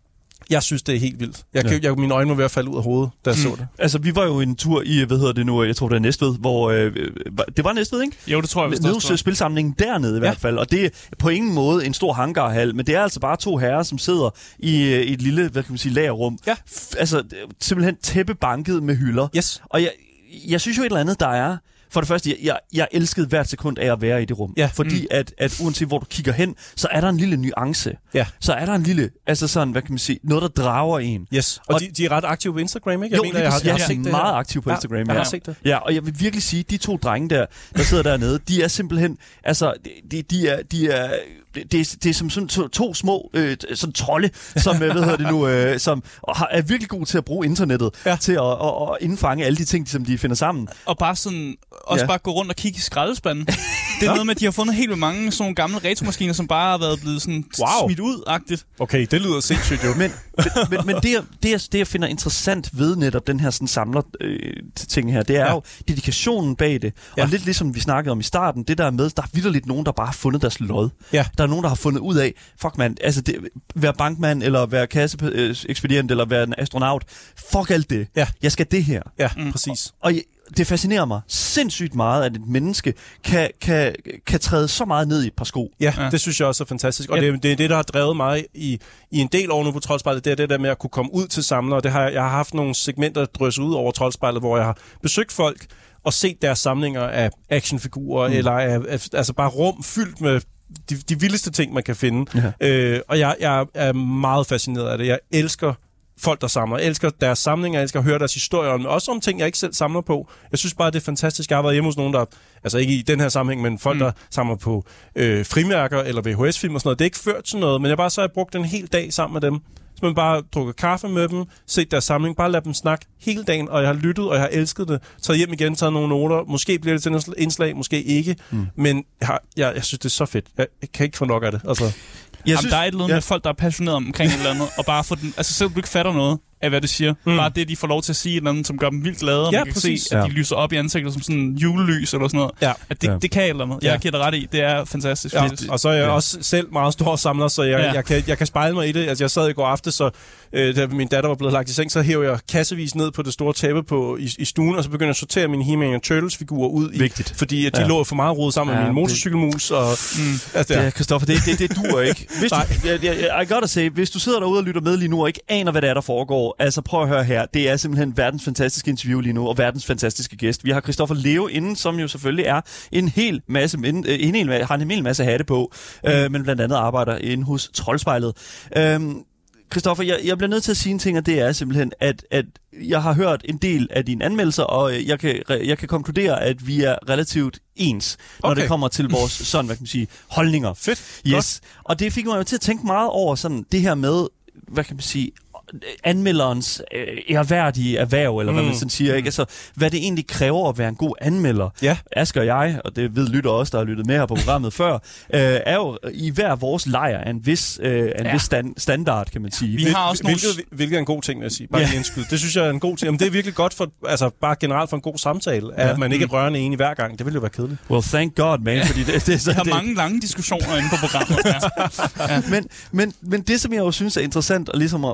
jeg synes, det er helt vildt. Jeg, ja. jeg, mine øjne var ved at falde ud af hovedet, da jeg mm. så det. Altså, vi var jo en tur i, hvad hedder det nu, jeg tror, det er Næstved, hvor... Øh, det var Næstved, ikke? Jo, det tror jeg. Nede spilsamlingen dernede i hvert fald, og det er på ingen måde en stor hangarhal, men det er altså bare to herrer, som sidder i, i et lille, hvad kan man sige, lagerrum. Ja. F- altså, simpelthen tæppebanket med hylder. Yes. Og jeg, jeg synes jo et eller andet, der er... For det første, jeg, jeg, jeg elskede hvert sekund af at være i det rum. Ja. Fordi mm. at, at uanset hvor du kigger hen, så er der en lille nuance. Ja. Så er der en lille, altså sådan, hvad kan man sige, noget, der drager en. Yes. Og, og de, de er ret aktive på Instagram, ikke? Jeg jo, mener, jeg har, jeg har set det meget aktiv på Instagram. Ja, jeg har set det. Ja, og jeg vil virkelig sige, de to drenge der, der sidder dernede, de er simpelthen, altså, de, de er, de er, det er, det er som sådan to, to små øh, sådan trolde, som, hvad hedder det nu, øh, som har, er virkelig gode til at bruge internettet, ja. til at, at, at indfange alle de ting, som de finder sammen. Og bare sådan, også ja. bare gå rundt og kigge i skraldespanden. Det er noget med, at de har fundet helt mange sådan nogle gamle retromaskiner, som bare har været blevet sådan wow. smidt ud-agtigt. Okay, det lyder sindssygt jo. Men, men, men det, jeg, det, jeg, det, jeg finder interessant ved netop den her sådan samler øh, ting her, det er ja. jo dedikationen bag det. Ja. Og lidt ligesom vi snakkede om i starten, det der med, der er vitterligt nogen, der bare har fundet deres lod. Ja. Der er nogen, der har fundet ud af, fuck man, altså det, være bankmand, eller være kasseekspedient, eller være en astronaut. Fuck alt det. Ja. Jeg skal det her. Ja, mm. præcis. Og, og det fascinerer mig sindssygt meget, at et menneske kan, kan, kan træde så meget ned i et par sko. Ja, ja. Det synes jeg også er fantastisk. Og ja. det, det er det, der har drevet mig i, i en del år nu på Troldspejlet. Det er det der med at kunne komme ud til samlere. Det har, jeg har haft nogle segmenter drøse ud over Troldspejlet, hvor jeg har besøgt folk og set deres samlinger af actionfigurer, mm. eller af, af, altså bare rum fyldt med de, de vildeste ting, man kan finde. Ja. Øh, og jeg, jeg er meget fascineret af det. Jeg elsker folk, der samler. Jeg elsker deres samlinger, jeg elsker at høre deres historier om, også om ting, jeg ikke selv samler på. Jeg synes bare, det er fantastisk. Jeg har været hjemme hos nogen, der, altså ikke i den her sammenhæng, men folk, mm. der samler på øh, frimærker eller V H S-film og sådan noget. Det er ikke ført til noget, men jeg bare så har jeg brugt en hel dag sammen med dem. Så man bare drukket kaffe med dem, set deres samling, bare lad dem snakke hele dagen, og jeg har lyttet, og jeg har elsket det. Taget hjem igen, taget nogle noter. Måske bliver det til en indslag, måske ikke. Mm. Men jeg, har, jeg, jeg synes, det er så fedt. Jeg, jeg kan ikke få nok af det. Altså. Jeg Jamen, synes, der er et eller andet ja. med folk, der er passionerede omkring et eller andet, og bare få den, altså selv du ikke fatter noget af, hvad det siger. Mm. Bare det, de får lov til at sige et eller andet, som gør dem vildt glade, og ja, man kan præcis. se, at de ja. lyser op i ansigtet som sådan en julelys eller sådan noget. Ja. At det, ja. det kan et eller andet. Jeg ja. giver dig ret i. Det er fantastisk. Ja. Og så er jeg ja. også selv meget stor samler, så jeg, ja. jeg, kan, jeg kan spejle mig i det. Altså, jeg sad i går aftes, så øh, da min datter var blevet lagt i seng, så hæver jeg kassevis ned på det store tæppe på, i, i stuen, og så begynder jeg at sortere mine He-Man og Turtles-figurer ud. I, Vigtigt. Fordi at de ja. lå for meget rodet sammen ja, med min motorcykelmus. Og, mm. altså, det, Christoffer, det, det, det duer ikke. Hvis du, jeg, jeg, jeg, I gotta say, hvis du sidder derude og lytter med lige nu, og ikke aner, hvad det er, der foregår, altså prøv at høre her. Det er simpelthen verdens fantastiske interview lige nu, og verdens fantastiske gæst. Vi har Christoffer Leo inden, som jo selvfølgelig er en hel masse, en, en hel, har en hel masse hatte på, mm. øh, men blandt andet arbejder inde hos Troldspejlet. Øhm, Christoffer, jeg, jeg bliver nødt til at sige en ting, og det er simpelthen, at, at jeg har hørt en del af dine anmeldelser, og jeg kan, jeg kan konkludere, at vi er relativt ens, når okay. det kommer til vores sådan, hvad kan man sige, holdninger. Fedt. Yes. Godt. Og det fik mig jo til at tænke meget over sådan det her med, hvad kan man sige, anmelderens øh, ærværdige erhverv, eller mm. hvad man sådan siger, ikke? Altså, hvad det egentlig kræver at være en god anmelder. Ja. Asger og jeg, og det ved lytter også, der har lyttet med her på programmet før, øh, er jo i hver vores lejr af en vis, øh, en ja. vis stand, standard, kan man sige. Vi har også hvilket, nogle... hvilket er en god ting, vil jeg sige. Bare ja. indskyde. Det synes jeg er en god ting. Jamen, det er virkelig godt for, altså bare generelt for en god samtale, ja. at man ikke er rørende enig hver gang. Det ville jo være kedeligt. Well, thank God, man. Ja. Fordi det, det, så, Vi har det... mange lange diskussioner inde på programmet. Ja. Ja. Men, men, men det, som jeg jo synes er interessant, og ligesom at, at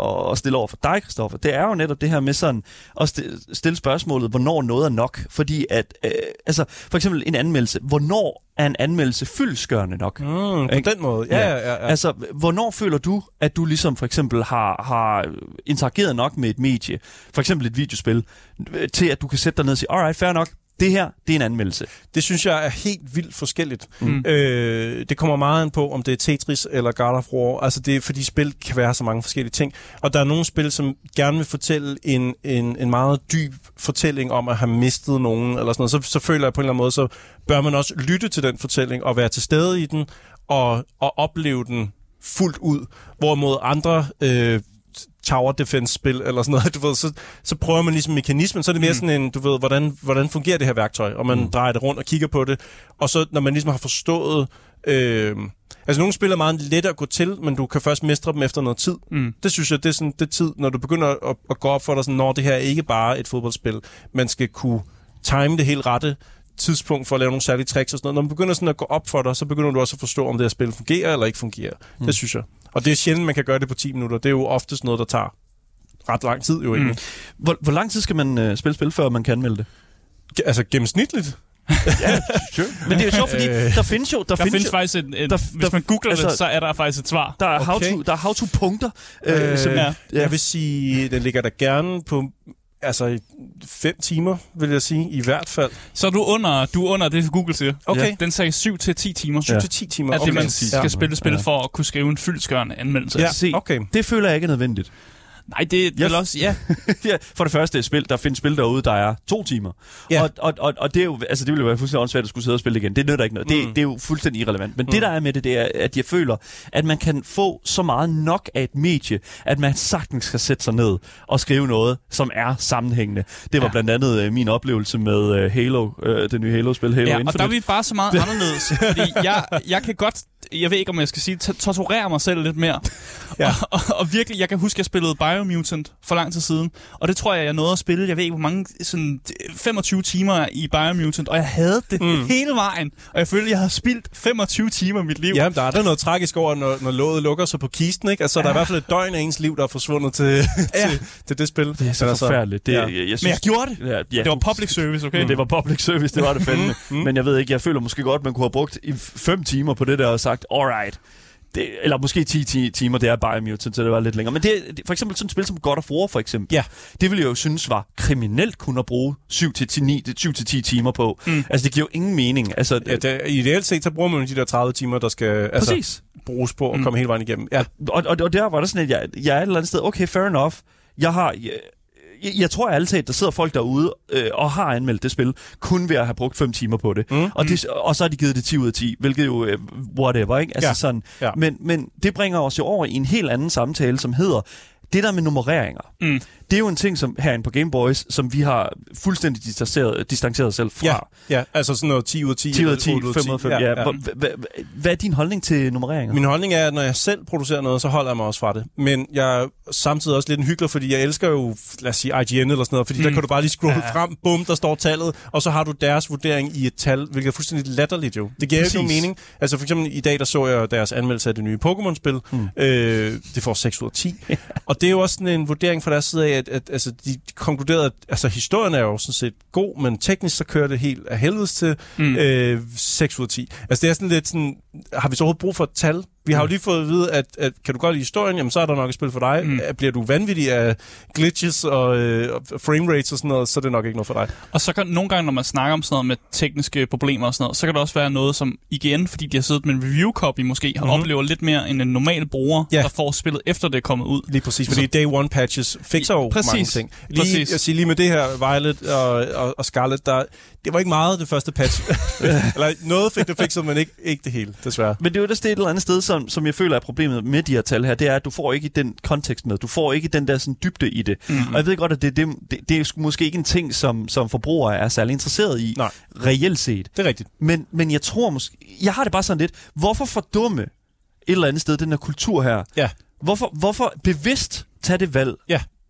stille over for dig, Christoffer, det er jo netop det her med sådan at stille spørgsmålet, hvornår noget er nok. Fordi at, øh, altså for eksempel en anmeldelse, hvornår er en anmeldelse fyldestgørende nok? Mm, på den måde, ja, ja, ja, ja. Altså, hvornår føler du, at du ligesom for eksempel har, har interageret nok med et medie, for eksempel et videospil, til at du kan sætte dig ned og sige, alright, fair nok, det her, det er en anmeldelse. Det synes jeg er helt vildt forskelligt. Mm. Øh, det kommer meget an på, om det er Tetris eller God of War. Altså det er, fordi spil kan være så mange forskellige ting. Og der er nogle spil, som gerne vil fortælle en, en, en meget dyb fortælling om at have mistet nogen, eller sådan noget. Så, så føler jeg på en eller anden måde, så bør man også lytte til den fortælling, og være til stede i den, og, og opleve den fuldt ud. Hvorimod andre Øh, tower defense spil eller sådan noget, du ved, så, så prøver man ligesom mekanismen, så er det mere mm. sådan en, du ved, hvordan, hvordan fungerer det her værktøj, og man mm. drejer det rundt og kigger på det, og så når man ligesom har forstået, øh, altså nogle spil er meget lette at gå til, men du kan først mestre dem efter noget tid. Mm. Det synes jeg, det er sådan, det er tid, når du begynder at, at gå op for dig, sådan, når det her er ikke bare et fodboldspil, man skal kunne time det helt rette tidspunkt for at lave nogle særlige tricks og sådan noget. Når man begynder sådan at gå op for dig, så begynder du også at forstå, om det her spil fungerer eller ikke fungerer. Mm. Det synes jeg. Og det er sjældent, man kan gøre det på ti minutter. Det er jo oftest noget, der tager ret lang tid jo egentlig. Mm. Hvor, hvor lang tid skal man uh, spille spil, før man kan anmelde det? G- altså gennemsnitligt? Ja, sure. Men det er jo sjovt, fordi der findes jo... Der, der findes, findes jo, faktisk et, et, der, hvis der, man googler altså, det, så er der faktisk et svar. Der er okay. how-to, der er how-to-punkter. Øh, øh, som, ja. Jeg vil sige, den ligger der gerne på... Altså fem timer, vil jeg sige, i hvert fald. Så er du under, du er under det, Google siger. Okay. Ja. Den sagde syv til ti timer. syv til ti timer. At okay. det, man skal ja. spille spil for at kunne skrive en fyldestgørende anmeldelse. Ja. Se, okay. Det føler jeg ikke er nødvendigt. Nej, det er vel også, ja. ja. For det første er spil, der findes spil derude, der er to timer. Ja. Og, og, og, og det er jo, altså det ville jo være fuldstændig åndssvagt at skulle sidde og spille igen. Det nytter ikke noget. Mm. Det, det er jo fuldstændig irrelevant. Men mm. det der er med det, det er, at jeg føler, at man kan få så meget nok af et medie, at man sagtens skal sætte sig ned og skrive noget, som er sammenhængende. Det var ja. blandt andet uh, min oplevelse med uh, Halo, uh, det nye Halo-spil, Halo ja, Infinite. Og der er vi bare så meget anderledes, fordi jeg, jeg kan godt, jeg ved ikke, om jeg skal sige, torturere mig selv lidt mere. ja. og, og, og virkelig, jeg kan huske, at jeg spillede Biomutant for lang tid siden, og det tror jeg, jeg nåede at spille, jeg ved ikke, hvor mange, sådan femogtyve timer i Biomutant, og jeg havde det mm. hele vejen, og jeg følte, at jeg havde spildt femogtyve timer af mit liv. Ja, der er der noget tragisk over, når, når låget lukker sig på kisten, ikke? Altså, ja. der er i hvert fald et døgn af ens liv, der er forsvundet til, ja. til, til det spil. Det er så altså, forfærdeligt. Det, ja. jeg, jeg synes, Men jeg gjorde det. Ja, ja, det var public service, okay? Mm. Det var public service, det var det fandme. mm. Men jeg ved ikke, jeg føler måske godt, man kunne have brugt i fem timer på det der og sagt, alright. Det, eller måske ti timer, det er Biomutant, så det var lidt længere. Men det, det for eksempel sådan et spil som God of War, for eksempel. Ja. Det ville jeg jo synes var kriminelt kunne at bruge syv til ti timer på. Mm. Altså, det giver jo ingen mening. Altså, ja, det, ideelt set, så bruger man de der tredive timer, der skal altså, bruges på at mm. komme hele vejen igennem. Ja. Og, og, og der var der sådan, at jeg, jeg er et eller andet sted, okay, fair enough. Jeg har... Jeg, Jeg, jeg tror altid, at der sidder folk derude øh, og har anmeldt det spil, kun ved at have brugt fem timer på det. Mm. Og, det og så har de givet det ti ud af ti, hvilket jo øh, whatever, ikke? Altså ja. sådan. Ja. Men, men det bringer os jo over i en helt anden samtale, som hedder, det der med nummereringer. Mm. Det er jo en ting som herinde på Game Boys, som vi har fuldstændig distanceret, distanceret os selv fra. Ja, ja, altså sådan noget ti ud af ti. ti ud af ti, fem ud af fem, ja. ja. Hvad er din holdning til nummereringer? Min holdning er, at når jeg selv producerer noget, så holder jeg mig også fra det. Men jeg er samtidig også lidt en hyggelig, fordi jeg elsker jo, lad os sige, I G N eller sådan noget, fordi mm. der kan du bare lige scrolle ja. frem, bum, der står tallet, og så har du deres vurdering i et tal, hvilket er fuldstændig latterligt jo. Det giver jo ikke mening. Altså for eksempel i dag, der så jeg deres anmeldelse af det nye Pokémon-spil. Mm. Øh, det får seks ud af ti. Og det er jo også sådan en vurdering fra deres side af, at, at altså, de konkluderede, at altså, historien er jo sådan set god, men teknisk så kører det helt af helvedes til mm. øh, seks ud af ti. Altså det er sådan lidt sådan, har vi så overhovedet brug for et tal? Vi har jo lige fået at vide, at, at kan du godt lide historien, jamen så er der nok et spil for dig. Mm. Bliver du vanvittig af glitches og, øh, og frame rates og sådan noget, så er det nok ikke noget for dig. Og så kan nogle gange, når man snakker om sådan noget med tekniske problemer og sådan noget, så kan det også være noget, som igen, fordi de har siddet med en review-copy måske, har mm-hmm. oplevet lidt mere end en normal bruger, ja. der får spillet efter det er kommet ud. Lige præcis, fordi day one patches fikser jo præcis. mange ting. Lige, præcis. Jeg siger lige med det her Violet og, og, og Scarlet, der, det var ikke meget det første patch. Eller noget fik det fikset, men ikke, ikke det hele, desværre. Men det er jo det et eller andet sted, som, som jeg føler er problemet med de her tal her, det er, at du får ikke den kontekst med. Du får ikke den der sådan dybde i det. Mm-hmm. Og jeg ved godt, at det, det, det, det er måske ikke en ting, som, som forbrugere er særlig interesseret i, Nej. reelt set. Det er rigtigt. Men, men jeg tror måske... Jeg har det bare sådan lidt, hvorfor fordumme et eller andet sted den her kultur her? Ja. Hvorfor, hvorfor bevidst tage det valg? Ja.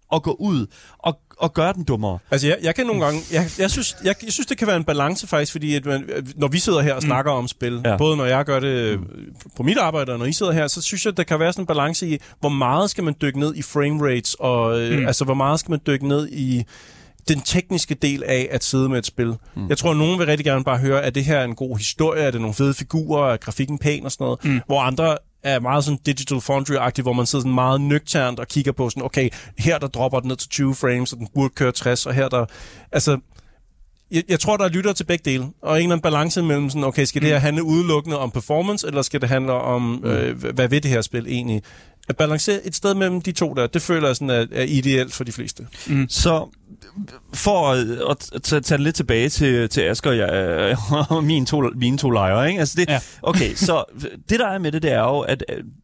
at gå ud og, og gøre den dummere. Altså, jeg, jeg kan nogle gange... Jeg, jeg, synes, jeg, jeg synes, det kan være en balance faktisk, fordi at man, når vi sidder her og snakker mm. om spil, ja. både når jeg gør det på mit arbejde, og når I sidder her, så synes jeg, der kan være sådan en balance i, hvor meget skal man dykke ned i frame rates, og mm. altså, hvor meget skal man dykke ned i den tekniske del af at sidde med et spil. Mm. Jeg tror, at nogen vil rigtig gerne bare høre, at det her er en god historie, er det nogle fede figurer, er grafikken pæn og sådan noget, mm. hvor andre er meget sådan Digital Foundry-agtigt, hvor man sidder sådan meget nøgternt og kigger på sådan, okay, her der dropper den ned til tyve frames, og den burde køre tres, og her der... Altså, jeg, jeg tror, der er lytter til begge dele, og en eller anden balance mellem sådan, okay, skal det her handle udelukkende om performance, eller skal det handle om, øh, hvad ved det her spil egentlig? At balancere et sted mellem de to der, det føler jeg sådan er, er ideelt for de fleste. Mm. Så for at, at tage det lidt tilbage til, til Asger jeg, og mine to, mine to lejre, ikke? Altså det, ja. Okay, så det der er med det, det er jo, at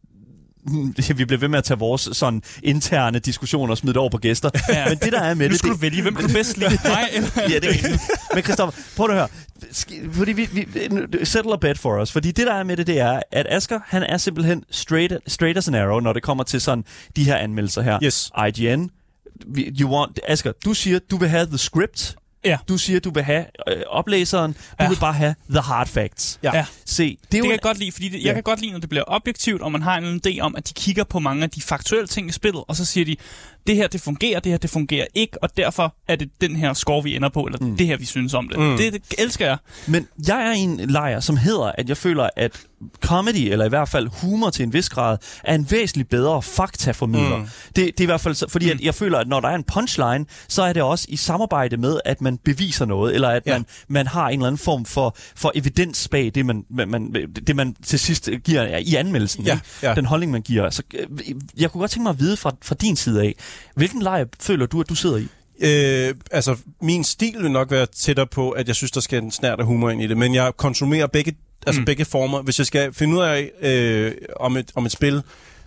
vi bliver ved med at tage vores sådan interne diskussioner og smide det over på gæster. Ja. Men det der er med nu det... Nu skulle du vælge, hvem kan du bedst lide? Nej. Ja, det er Men Christoffer, prøv at høre. Fordi vi, vi, settle a bet for us. Fordi det der er med det, det er, at Asger, han er simpelthen straight, straight as an arrow, når det kommer til sådan de her anmeldelser her. Yes. I G N. You want, Asger, du siger, du vil have the script. Ja. Du siger, du vil have øh, oplæseren. Du ja. vil bare have the hard facts. Ja. Ja. Se, det, det kan jeg godt lide, fordi det, jeg ja. kan godt lide, når det bliver objektivt, og man har en idé om, at de kigger på mange af de faktuelle ting i spillet, og så siger de, det her, det fungerer, det her, det fungerer ikke, og derfor er det den her score, vi ender på, eller mm. det her, vi synes om det. Mm. det. Det elsker jeg. Men jeg er i en lejr, som hedder, at jeg føler, at comedy, eller i hvert fald humor til en vis grad, er en væsentligt bedre faktaformidler. Mm. Det, det er i hvert fald, så, fordi mm. at jeg føler, at når der er en punchline, så er det også i samarbejde med, at man beviser noget, eller at ja. man, man har en eller anden form for, for evidens bag det man, man, det, man til sidst giver i anmeldelsen. Ja. Ja. Den holdning, man giver. Så, jeg kunne godt tænke mig at vide fra, fra din side af, hvilken lejr føler du, at du sidder i? Øh, altså, min stil vil nok være tættere på, at jeg synes, der skal en snært af humor ind i det, men jeg konsumerer begge, altså mm. begge former. Hvis jeg skal finde ud af øh, om, et, om et spil,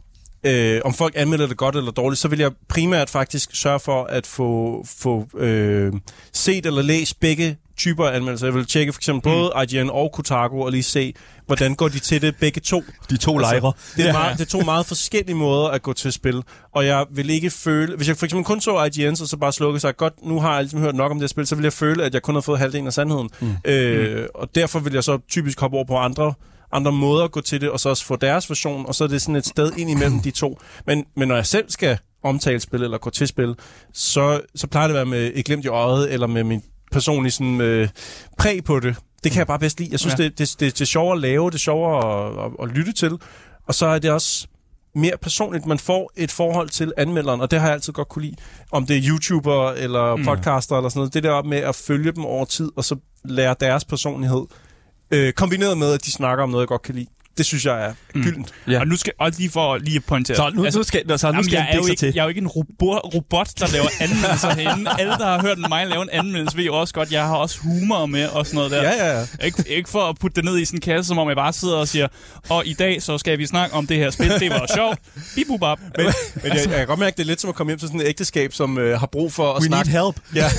øh, om folk anmelder det godt eller dårligt, så vil jeg primært faktisk sørge for at få, få øh, set eller læst begge typer af anmeldelser. Jeg vil tjekke for eksempel både I G N og Kotaku og lige se, hvordan går de til det begge to. De to lejre. Altså, det, er meget, det er to meget forskellige måder at gå til spil, og jeg vil ikke føle... Hvis jeg for eksempel kun så I G N, så, så bare slukke sig, godt, nu har jeg ligesom hørt nok om det her spil, så vil jeg føle, at jeg kun har fået halvdelen af sandheden. Mm. Øh, og derfor vil jeg så typisk hoppe over på andre andre måder at gå til det, og så også få deres version, og så er det sådan et sted ind imellem de to. Men, men når jeg selv skal omtale spil eller gå til spil, så, så plejer det at være med et glimt i øjet, eller med min personlige sådan, øh, præg på det. Det kan jeg bare bedst lide. Jeg synes, ja. det, det, det, det er sjovere at lave, det er sjovere at, at, at lytte til, og så er det også mere personligt. Man får et forhold til anmelderen, og det har jeg altid godt kunne lide. Om det er YouTuber eller podcaster mm. eller sådan noget. Det der med at følge dem over tid, og så lære deres personlighed, øh, kombineret med, at de snakker om noget, jeg godt kan lide. Det synes jeg er gyldent. Mm. Ja. Og nu skal jeg lige for lige at pointere. Så nu, altså, nu skal, så, nu jamen, skal jeg, jeg, er jo ikke, til. jeg er jo ikke en robot, robot der laver anmeldelser herinde. Alle, der har hørt mig lave en anmeldelse, ved jo også godt, jeg har også humor med og sådan noget der. Ja, ja, ja. Ikke, ikke for at putte det ned i sådan en kasse, som om jeg bare sidder og siger, og i dag så skal vi snakke om det her spil. Det var sjovt. Bibubab. Men, men jeg, jeg kan godt mærke, det er lidt som at komme hjem til sådan et ægteskab, som øh, har brug for at We snakke. We need help. Ja.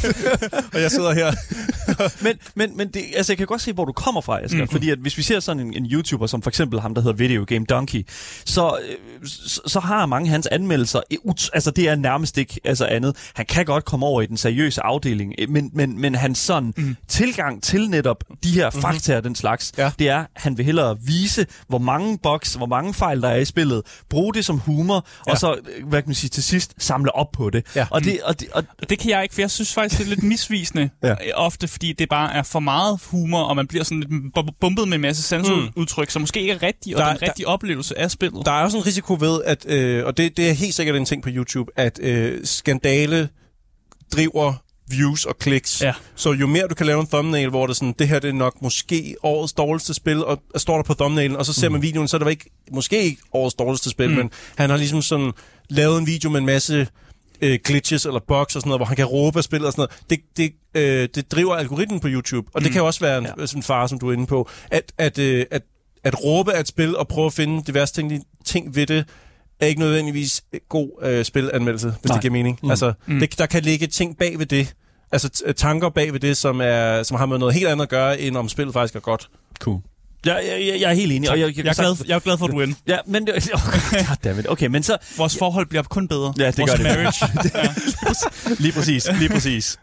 Og jeg sidder her. men men, men det, altså, jeg kan godt se, hvor du kommer fra, Asger. Mm-hmm. Fordi at hvis vi ser sådan en, en YouTuber, som for eksempel ham, der hedder Video Game Donkey, så, så, så har mange af hans anmeldelser, altså det er nærmest ikke altså andet. Han kan godt komme over i den seriøse afdeling, men, men, men hans sådan mm. tilgang til netop de her mm-hmm. fakta og den slags, ja. det er, han vil hellere vise, hvor mange bugs, hvor mange fejl, der er i spillet, bruge det som humor, ja. og så, hvad kan man sige, til sidst samle op på det. Ja. Og, det og, det, og det kan jeg ikke, for jeg synes faktisk, det er lidt misvisende ja. ofte, fordi det bare er for meget humor, og man bliver sådan lidt bumpet med en masse sansudtryk, mm. som måske ikke er rigtigt, og der, den rigtige der, oplevelse af spillet. Der er også en risiko ved, at, øh, og det, det er helt sikkert en ting på YouTube, at øh, skandale driver views og kliks. Ja. Så jo mere du kan lave en thumbnail, hvor det sådan, det her det er nok måske årets dårligste spil, og står der på thumbnailen, og så ser mm. man videoen, så er det ikke, måske ikke årets dårligste spil, mm. men han har ligesom sådan lavet en video med en masse øh, glitches eller bugs og sådan noget, hvor han kan råbe af spillet og sådan noget. Det, det, øh, det driver algoritmen på YouTube, og mm. det kan jo også være en, ja. sådan en fare, som du er inde på, at, at, øh, at at råbe af et spil og prøve at finde diverse ting, ting ved det, er ikke nødvendigvis god øh, spilanmeldelse, hvis Nej. det giver mening. Mm. Altså, mm. det, der kan ligge ting bag ved det, altså t- tanker bag ved det, som, er, som har med noget helt andet at gøre, end om spillet faktisk er godt. Cool. Jeg, jeg, jeg er helt enig. Og jeg, jeg, jeg, er glad, jeg er glad for, at du win. Ja, men... Okay, okay, men så... Vores forhold bliver kun bedre. Ja, det Vores gør det. marriage. Ja. Lige præcis, lige præcis.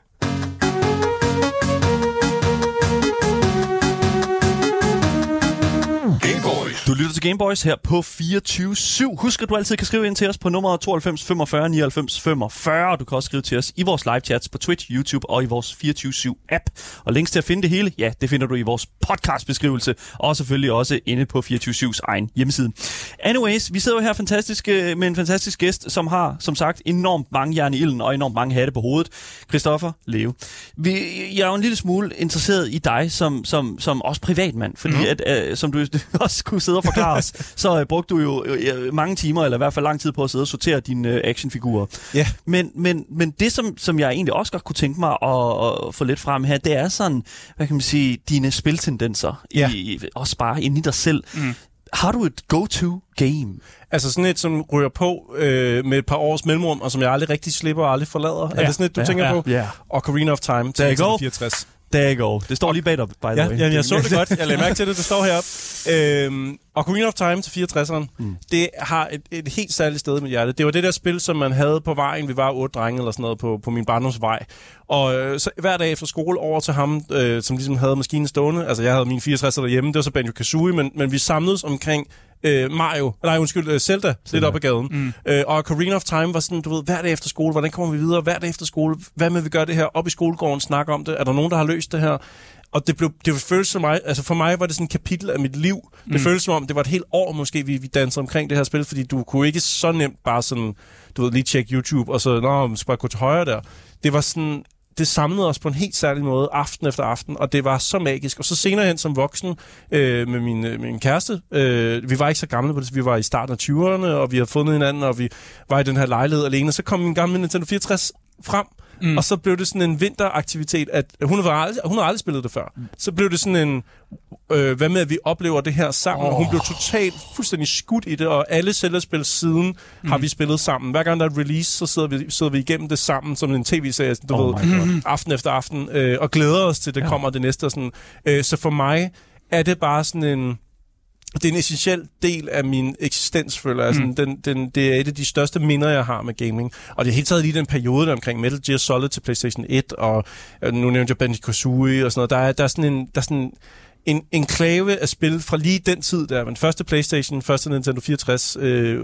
Du lytter til Gameboys her på fireogtyve syv. Husk, at du altid kan skrive ind til os på nummeret tooghalvfems femogfyrre nioghalvfems femogfyrre. Du kan også skrive til os i vores live-chats på Twitch, YouTube og i vores fireogtyve syv app. Og links til at finde det hele, ja, det finder du i vores podcastbeskrivelse. Og selvfølgelig også inde på fireogtyve syvs egen hjemmeside. Anyways, vi sidder jo her fantastisk, med en fantastisk gæst, som har, som sagt, enormt mange jern i ilden og enormt mange hatte på hovedet. Christoffer Leo. Vi, jeg er jo en lille smule interesseret i dig som, som, som også privatmand, fordi mm. at, uh, som du også kunne sidde og forklare os, så uh, brugte du jo uh, mange timer, eller i hvert fald lang tid på at sidde og sortere dine uh, actionfigurer. Yeah. Men, men, men det, som, som jeg egentlig også godt kunne tænke mig at, at få lidt frem her, det er sådan, hvad kan man sige, dine spiltendenser, yeah. i, også bare inde i dig selv. Mm. Har du et go-to-game? Altså sådan et, som ryger på øh, med et par års mellemrum, og som jeg aldrig rigtig slipper og aldrig forlader. Ja. Er det sådan et, du ja, tænker ja. på? Ja. Ocarina of Time til nitten fireogtres. Der you go. Det står lige bag dig, by the ja, way. Ja, jeg så det godt. Jeg lagde mærke til det, det står heroppe. Øhm, Ocarina of Time til fireogtresseren, mm. det har et, et helt særligt sted i mit hjerte. Det var det der spil, som man havde på vejen. Vi var otte drenge eller sådan noget på, på min barndomsvej. Og øh, så hver dag efter skole over til ham, øh, som ligesom havde maskinen stående. Altså, jeg havde min fireogtresser derhjemme. Det var så Banjo-Kazooie, men, men vi samledes omkring øh, Mario. Nej, undskyld, øh, Zelda. Zelda. Lidt op ad gaden. Mm. Øh, og Ocarina of Time var sådan, du ved, hver dag efter skole. Hvordan kommer vi videre? Hver dag efter skole. Hvad med, vi gør det her op i skolegården? Snakke om det. Er der nogen, der har løst det her? Og det blev det føltes for mig, altså for mig var det sådan et kapitel af mit liv. Det mm. føltes som om det var et helt år måske vi vi dansede omkring det her spil, fordi du kunne ikke så nemt bare sådan, du ved, lige tjekke YouTube og så nå, man skal bare gå til højre der. Det var sådan, det samlede os på en helt særlig måde aften efter aften, og det var så magisk. Og så senere hen som voksen øh, med min øh, min kæreste, øh, vi var ikke så gamle på det, vi var i starten af tyverne, og vi havde fundet hinanden, og vi var i den her lejlighed alene. Så kom min gamle Nintendo fireogtres frem. Mm. Og så blev det sådan en vinteraktivitet, at hun har aldrig, hun har aldrig spillet det før. Mm. Så blev det sådan en, øh, hvad med at vi oplever det her sammen, oh. og hun blev totalt fuldstændig skudt i det, og alle Zelda-spil siden mm. har vi spillet sammen. Hver gang der er et release, så sidder vi, sidder vi igennem det sammen som en tv-serie, du oh ved, aften efter aften, øh, og glæder os til, det ja. kommer det næste. Og sådan. Øh, så for mig er det bare sådan en... Det er en essentiel del af min eksistens, føler jeg. Mm. Den, den, det er et af de største minder, jeg har med gaming. Og det er helt taget lige den periode der omkring Metal Gear Solid til PlayStation et, og nu nævnte jeg Banjo-Kazooie og sådan noget. Der er, der er sådan en... Der er sådan en enklave af spil fra lige den tid der. Men første PlayStation, første Nintendo fireogtres... Øh,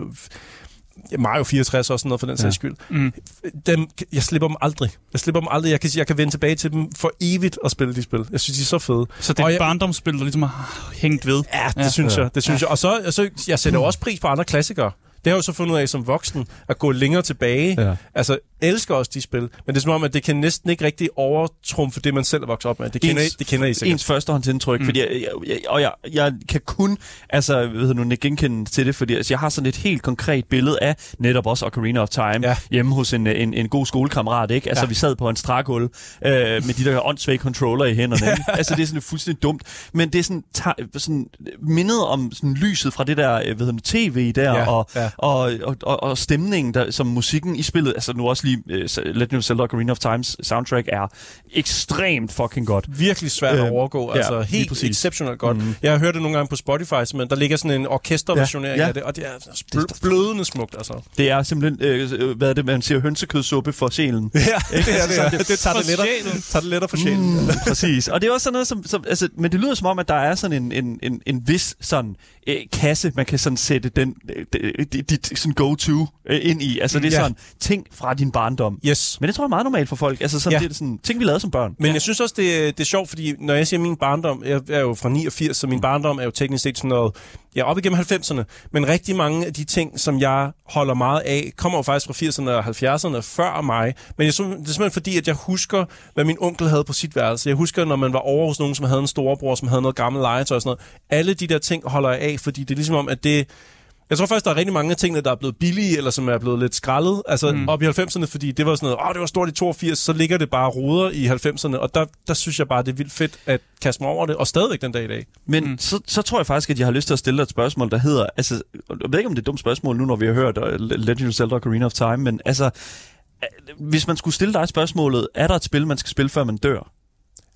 Mario fireogtres og sådan noget for den ja. sags skyld. Mm. Dem, jeg slipper dem aldrig. Jeg slipper dem aldrig. Jeg kan, jeg kan vende tilbage til dem for evigt og spille de spil. Jeg synes, de er så fede. Så det er et jeg, barndomsspil, der ligesom har hængt ved? Ja, det ja. synes jeg. Det synes ja. jeg. Og så, og så jeg sætter mm. også pris på andre klassikere. Det har jeg jo så fundet ud af som voksen, at gå længere tilbage. Ja. Altså, elsker også de spil, men det er som om, at det kan næsten ikke rigtig overtrumfe det, man selv er vokset op med. Det kender, ens, I, det kender I sikkert. Ens førstehåndsindtryk, mm. fordi jeg, jeg, og jeg, jeg kan kun altså, ved du, genkende til det, fordi altså, jeg har sådan et helt konkret billede af netop også Ocarina of Time ja. hjemme hos en, en, en god skolekammerat, ikke? Altså, ja. vi sad på en strækhul øh, med de der åndssvage controller i hænderne, ikke? Altså, det er sådan fuldstændig dumt, men det er sådan, ta- sådan mindet om sådan lyset fra det der, hvad hedder tv der, ja. og ja. Og, og, og, og stemningen, der, som musikken i spillet, altså nu også lige uh, Legend of Zelda Ocarina of Times soundtrack er ekstremt fucking godt. Virkelig svært at overgå, øh, altså ja, helt exceptionelt godt. Mm. Jeg har hørt det nogle gange på Spotify, men der ligger sådan en orkesterversionering ja, ja. af det, og det er bl- blødende smukt, altså. Det er simpelthen, øh, hvad er det, man siger, hønsekødssuppe for sjælen. Ja, det er det, er. det, det tager det lettere, tager det lettere for sjælen. Mm, præcis, og det er også sådan noget, som, som altså, men det lyder som om, at der er sådan en, en, en, en vis sådan øh, kasse, man kan sådan sætte den, øh, dit sådan go-to øh, ind i. Altså, det er ja. sådan ting fra din barndom. Yes. Men det tror jeg er meget normalt for folk. Altså, sådan, ja. det er sådan ting, vi lavede som børn. Men ja. jeg synes også, det, det er sjovt, fordi når jeg siger min barndom, jeg er jo fra niogfirs, så min barndom er jo teknisk set sådan noget, ja, op igennem halvfemserne, men rigtig mange af de ting, som jeg holder meget af, kommer jo faktisk fra firserne og halvfjerdserne før mig. Men jeg, det er simpelthen fordi, at jeg husker, hvad min onkel havde på sit værelse. Jeg husker, når man var over hos nogen, som havde en storebror, som havde noget gammelt legetøj og sådan noget. Alle de der ting holder jeg af, fordi det er ligesom om, at det... Jeg tror faktisk, der er rigtig mange af tingene, der er blevet billige, eller som er blevet lidt skrællet. Altså mm. op i halvfemserne, fordi det var sådan noget, åh, det var stort i toogfirs, så ligger det bare ruder i halvfemserne. Og der, der synes jeg bare, det er vildt fedt at kaste mig over det, og stadigvæk den dag i dag. Men mm. så, så tror jeg faktisk, at jeg har lyst til at stille dig et spørgsmål, der hedder, altså, jeg ved ikke, om det er et dumt spørgsmål nu, når vi har hørt uh, Legend of Zelda Ocarina of Time, men altså, hvis man skulle stille dig spørgsmålet, er der et spil, man skal spille, før man dør?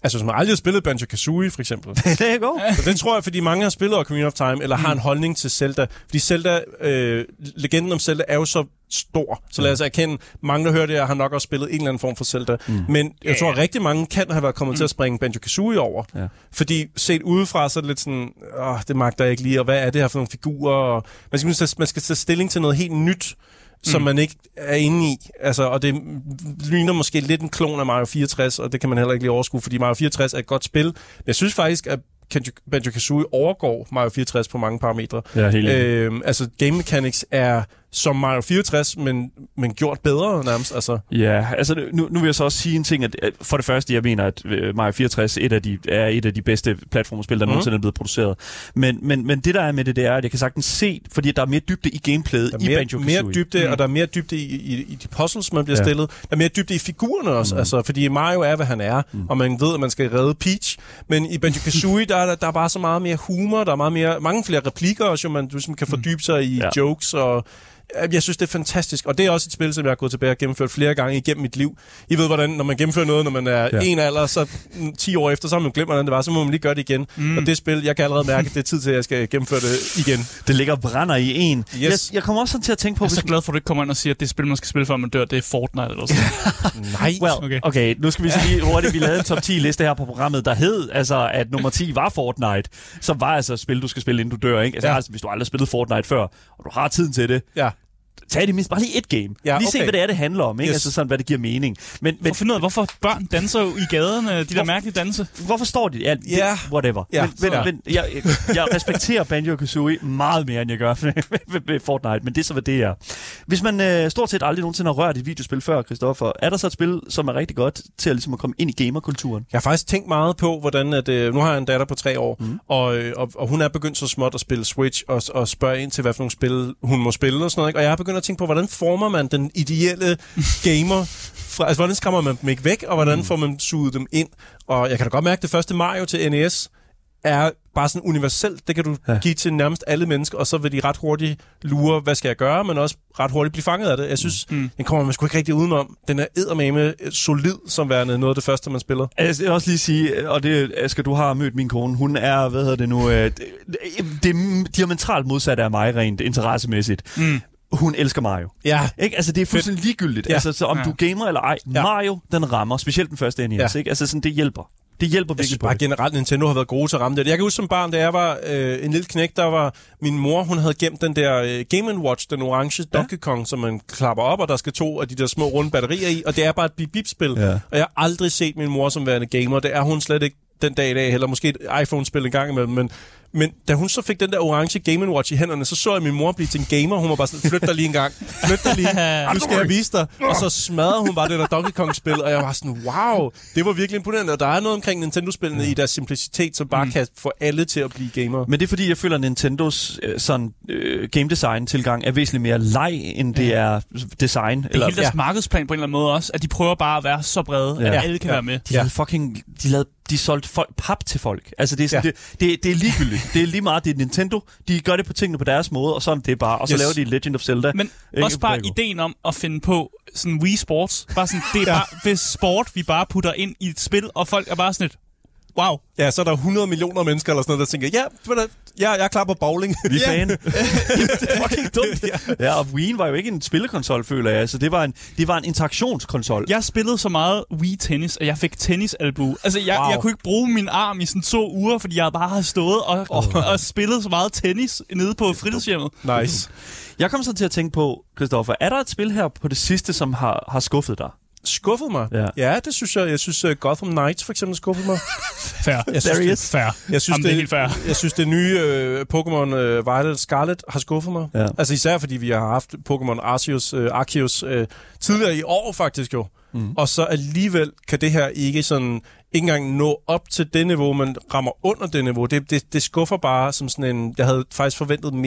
Altså, som aldrig har spillet Banjo-Kazooie, for eksempel. Det er godt. Så den tror jeg, fordi mange har spillet Ocarina of Time, eller har en holdning til Zelda. Fordi Zelda, øh, legenden om Zelda er jo så stor. Så lad os erkende, mange, der hører det, har nok også spillet en eller anden form for Zelda. Mm. Men jeg tror, at rigtig mange kan have været kommet mm. til at springe Banjo-Kazooie over. Ja. Fordi set udefra, så er det lidt sådan, åh, det magter jeg ikke lige, og hvad er det her for nogle figurer? Og man skal, man skal tage stilling til noget helt nyt, som mm. man ikke er inde i. Altså, og det ligner måske lidt en klon af Mario fireogtres, og det kan man heller ikke lige overskue, fordi Mario fireogtres er et godt spil. Men jeg synes faktisk, at Banjo-Kazooie overgår Mario fireogtres på mange parametre. Ja, helt øhm, altså, game mechanics er som Mario fireogtres, men, men gjort bedre nærmest. Altså. Ja, altså nu, nu vil jeg så også sige en ting, at for det første, jeg mener, at Mario fireogtres et af de, er et af de bedste platformspil, der mm. nogensinde er blevet produceret. Men, men, men det der er med det, det er, at jeg kan sagtens se, fordi der er mere dybde i gameplayet i Banjo-Kazooie. Mere dybde, mm. og der er mere dybde i, i, i de puzzles, man bliver ja. stillet. Der er mere dybde i figurerne også, mm. altså, fordi Mario er, hvad han er, mm. og man ved, at man skal redde Peach. Men i Banjo-Kazooie, der, der, der er bare så meget mere humor, der er meget mere, mange flere replikker også, jo, man du, kan fordybe sig i ja. jokes og jeg synes, det er fantastisk. Og det er også et spil, som jeg har gået tilbage og gennemført flere gange igennem mit liv. I ved, hvordan, når man gennemfører noget, når man er ja. en alder, så ti år efter, så har man glemt, hvordan det var, så må man lige gøre det igen. Mm. Og det spil, jeg kan allerede mærke, at det er tid til, at jeg skal gennemføre det igen. Det ligger og brænder i en. Yes. Jeg, jeg kommer også sådan til at tænke på... Jeg er så glad for, at du ikke kommer ind og siger, at det spil, man skal spille, før man dør, det er Fortnite eller sådan. Nej. Well, okay. okay, nu skal vi sige hurtigt, vi lavede en top ti liste her på programmet, der hed, altså, at nummer ti var Fortnite, som var altså et spil, du skal spille, inden du dør, ikke? Altså, ja. altså, hvis du aldrig har spillet Fortnite før, og du har tiden til det, ja. tag det mindst bare lige et game. Ja, lige okay. se, hvad det er, det handler om. Ikke? Yes. Altså sådan, hvad det giver mening. Men, men finde ud af, hvorfor børn danser i gaderne, de der hvor, mærkelige danse. Hvorfor står de? Ja, yeah. det, whatever. Yeah. Men, men, men jeg, jeg respekterer Banjo-Kazooie meget mere, end jeg gør med Fortnite, men det er så, hvad det er. Hvis man øh, stort set aldrig nogensinde har rørt et videospil før, Christoffer, er der så et spil, som er rigtig godt til at, ligesom at komme ind i gamerkulturen? Jeg har faktisk tænkt meget på, hvordan at, øh, nu har jeg en datter på tre år, mm. og, øh, og, og hun er begyndt så småt at spille Switch, og, og spørge ind til, hvad for nogle spil hun må spille og sådan noget. Ikke? Og jeg har begyndt at tænke på, hvordan former man den ideelle gamer fra, altså hvordan skræmmer man dem ikke væk, og hvordan får man suget dem ind. Og jeg kan da godt mærke, at det første Mario til N E S er bare sådan universelt. Det kan du ja. give til nærmest alle mennesker, og så vil de ret hurtigt lure, hvad skal jeg gøre, men også ret hurtigt blive fanget af det. Jeg synes, mm. den kommer man sgu ikke rigtig udenom. Den er eddermame solid som værende noget af det første, man spiller. Jeg skal også lige sige, og det, Asger, du har mødt min kone. Hun er, hvad hedder det nu, det, det er diametralt modsat af mig rent interessemæssigt. Mm. Hun elsker Mario. Ja. Ikke? Altså, det er fuldstændig ligegyldigt. Ja. Altså, så om ja. du gamer eller ej, ja. Mario, den rammer. Specielt den første N E S. Ja. Ikke? Altså, sådan, det hjælper. Det hjælper virkelig på bare generelt, Nintendo har været gode til at ramme det. Jeg kan huske som barn, da jeg var øh, en lille knægt, der var min mor, hun havde gemt den der øh, Game and Watch, den orange ja. Donkey Kong, som man klapper op, og der skal to af de der små runde batterier i, og det er bare et bip-bip-spil. Ja. Og jeg har aldrig set min mor som værende gamer. Det er hun slet ikke den dag i dag, heller måske et iPhone-spil en gang imellem, men Men da hun så fik den der orange Game and Watch i hænderne, så så jeg min mor blive til en gamer. Hun var bare sådan, flyt dig lige en gang. Flyt dig lige. Nu skal jeg vise dig. Og så smadrede hun bare det der Donkey Kong-spil, og jeg var sådan, wow, det var virkelig imponerende. Og der er noget omkring Nintendo-spillene i deres simplicitet, som bare mm. kan få alle til at blive gamer. Men det er fordi, jeg føler, at Nintendos øh, sådan, øh, game design-tilgang er væsentligt mere leg, end det er design. Det er eller, hele deres ja. markedsplan på en eller anden måde også, at de prøver bare at være så brede, ja. at alle kan ja. være med. De lavede fucking... De lavede De solgte folk pap til folk. Altså, det er, sådan, ja. det, det, det er ligegyldigt. Det er lige meget, det er Nintendo. De gør det på tingene på deres måde, og sådan det er bare. Og så yes. laver de Legend of Zelda. Men ikke også bare ideen om at finde på sådan Wii Sports. Bare sådan, det er ja. bare ved sport, vi bare putter ind i et spil, og folk er bare sådan et, wow. Ja, så er der hundrede millioner mennesker eller sådan noget, der tænker, ja, ja jeg klapper bowling. Vi er fan. Det er fucking dumt. Ja. ja, og Wii var jo ikke en spillekonsol, føler jeg. Så det var en, det var en interaktionskonsol. Jeg spillede så meget Wii Tennis, at jeg fik tennisalbue. Altså, jeg, wow. jeg kunne ikke bruge min arm i sådan to uger, fordi jeg bare havde stået og, og, og spillet så meget tennis nede på fritidshjemmet. Nice. Jeg kom så til at tænke på, Christoffer, er der et spil her på det sidste, som har, har skuffet dig? Skuffet mig? Ja. ja, det synes jeg. Jeg synes, uh, Gotham Knights for eksempel skuffede mig. Fair. Jeg synes, det, fair. Jeg synes, Jamen, det, det er helt fair. Jeg synes, det nye uh, Pokémon uh, Violet Scarlet har skuffet mig. Ja. Altså især fordi vi har haft Pokémon Arceus, uh, Arceus uh, tidligere i år faktisk jo. Mm. Og så alligevel kan det her ikke sådan ikke engang nå op til det niveau, man rammer under det niveau. Det, det, det skuffer bare som sådan en... Jeg havde faktisk forventet mere.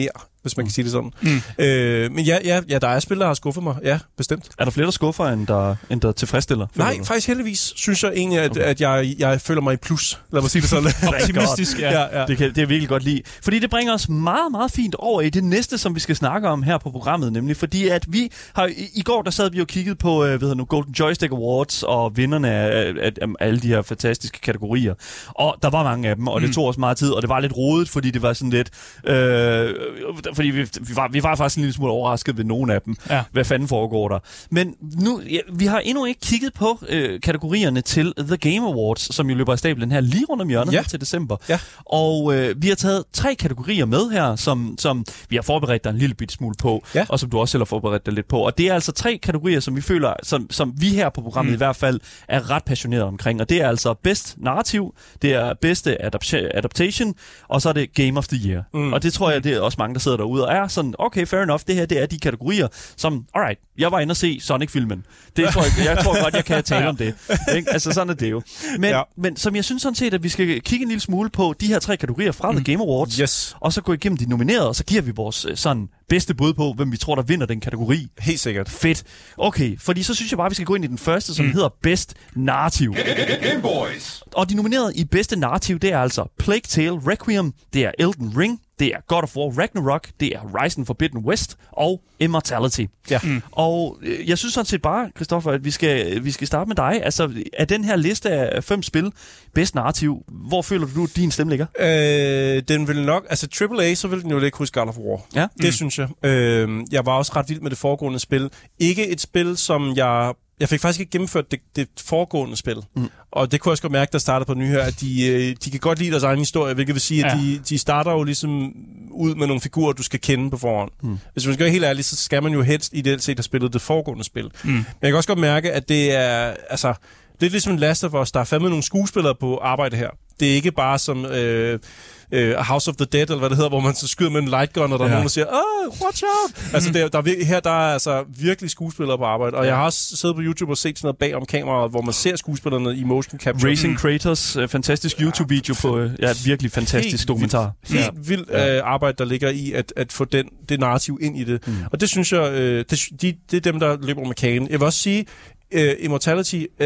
hvis man kan sige det sådan. Mm. Øh, men ja, ja, ja, der er spil, der har skuffet mig. Ja, bestemt. Er der flere, der skuffer, end der, end der tilfredsstiller? Nej, faktisk heldigvis synes jeg egentlig, at, okay. at jeg, jeg føler mig i plus. Lad mig sige det sådan. Optimistisk, ja. ja, ja. Det, kan, det er virkelig godt lide. Fordi det bringer os meget, meget fint over i det næste, som vi skal snakke om her på programmet, nemlig fordi at vi har... I, i går, der sad vi og kiggede på øh, ved nu, Golden Joystick Awards og vinderne af, af, af alle de her fantastiske kategorier. Og der var mange af dem, og det tog også meget tid, og det var lidt rodet, fordi det var sådan lidt... Øh, fordi vi, vi, var, vi var faktisk en lille smule overrasket ved nogle af dem. Ja. Hvad fanden foregår der? Men nu, ja, vi har endnu ikke kigget på øh, kategorierne til The Game Awards, som jo løber af stablen her lige rundt om hjørnet ja. til december. Ja. Og øh, vi har taget tre kategorier med her, som, som vi har forberedt dig en lille bit smule på, ja. og som du også selv har forberedt dig lidt på. Og det er altså tre kategorier, som vi føler, som, som vi her på programmet mm. i hvert fald er ret passionerede omkring. Og det er altså bedst narrativ, det er bedste adaptation, og så er det Game of the Year. Mm. Og det tror jeg, det er også mange, der sidder derude og er sådan, okay, fair enough, det her, det er de kategorier, som, alright, jeg var inde og se Sonic-filmen. Det tror jeg, jeg tror godt, jeg kan tale om det. Ikke? Altså, sådan er det jo. Men, ja. men som jeg synes sådan set, at vi skal kigge en lille smule på de her tre kategorier fra mm. The Game Awards, yes. og så gå igennem de nominerede, og så giver vi vores sådan bedste bud på, hvem vi tror, der vinder den kategori. Helt sikkert. Fedt. Okay, fordi så synes jeg bare, vi skal gå ind i den første, som mm. hedder Best Narrative. Game Boys. Og de nominerede i bedste narrativ, det er altså Plague Tale Requiem, det er Elden Ring, det er God of War Ragnarok, det er Horizon Forbidden West og Immortality. Ja. Mm. Og øh, jeg synes sådan set bare, Christoffer, at vi skal, vi skal starte med dig. Altså, af den her liste af fem spil, bedst narrativ, hvor føler du, din stemme ligger? Øh, den vil nok... Altså, triple A, så vil den jo ligge hos God of War. Ja. Det mm. synes jeg. Øh, jeg var også ret vild med det foregående spil. Ikke et spil, som jeg... Jeg fik faktisk ikke gennemført det, det foregående spil. Mm. Og det kunne jeg også godt mærke, der startede på den nye her, at de, de kan godt lide deres egen historie, hvilket vil sige, at ja. de, de starter jo ligesom ud med nogle figurer, du skal kende på forhånd. Mm. Hvis man skal være helt ærlig, så skal man jo helst ideelt set have spillet det foregående spil. Mm. Men jeg kan også godt mærke, at det er... Altså, det er ligesom en Last of Us, der er fandme nogle skuespillere på arbejde her. Det er ikke bare som... Øh, Uh, House of the Dead, eller hvad det hedder, hvor man så skyder med en lightgun, og der ja. er nogen, der siger, oh, watch out! altså, der, der er, her der er altså virkelig skuespillere på arbejde, og ja. jeg har også siddet på YouTube og set sådan noget bag om kameraet, hvor man ser skuespillerne i motion capture. Racing mm. Kratos, uh, fantastisk YouTube-video ja, på, uh, ja, virkelig fantastisk helt dokumentar. Vildt, helt vildt ja. uh, arbejde, der ligger i at, at få den, det narrativ ind i det. Mm. Og det synes jeg, uh, det, de, det er dem, der løber med kagen. Jeg vil også sige, Uh, Immortality uh,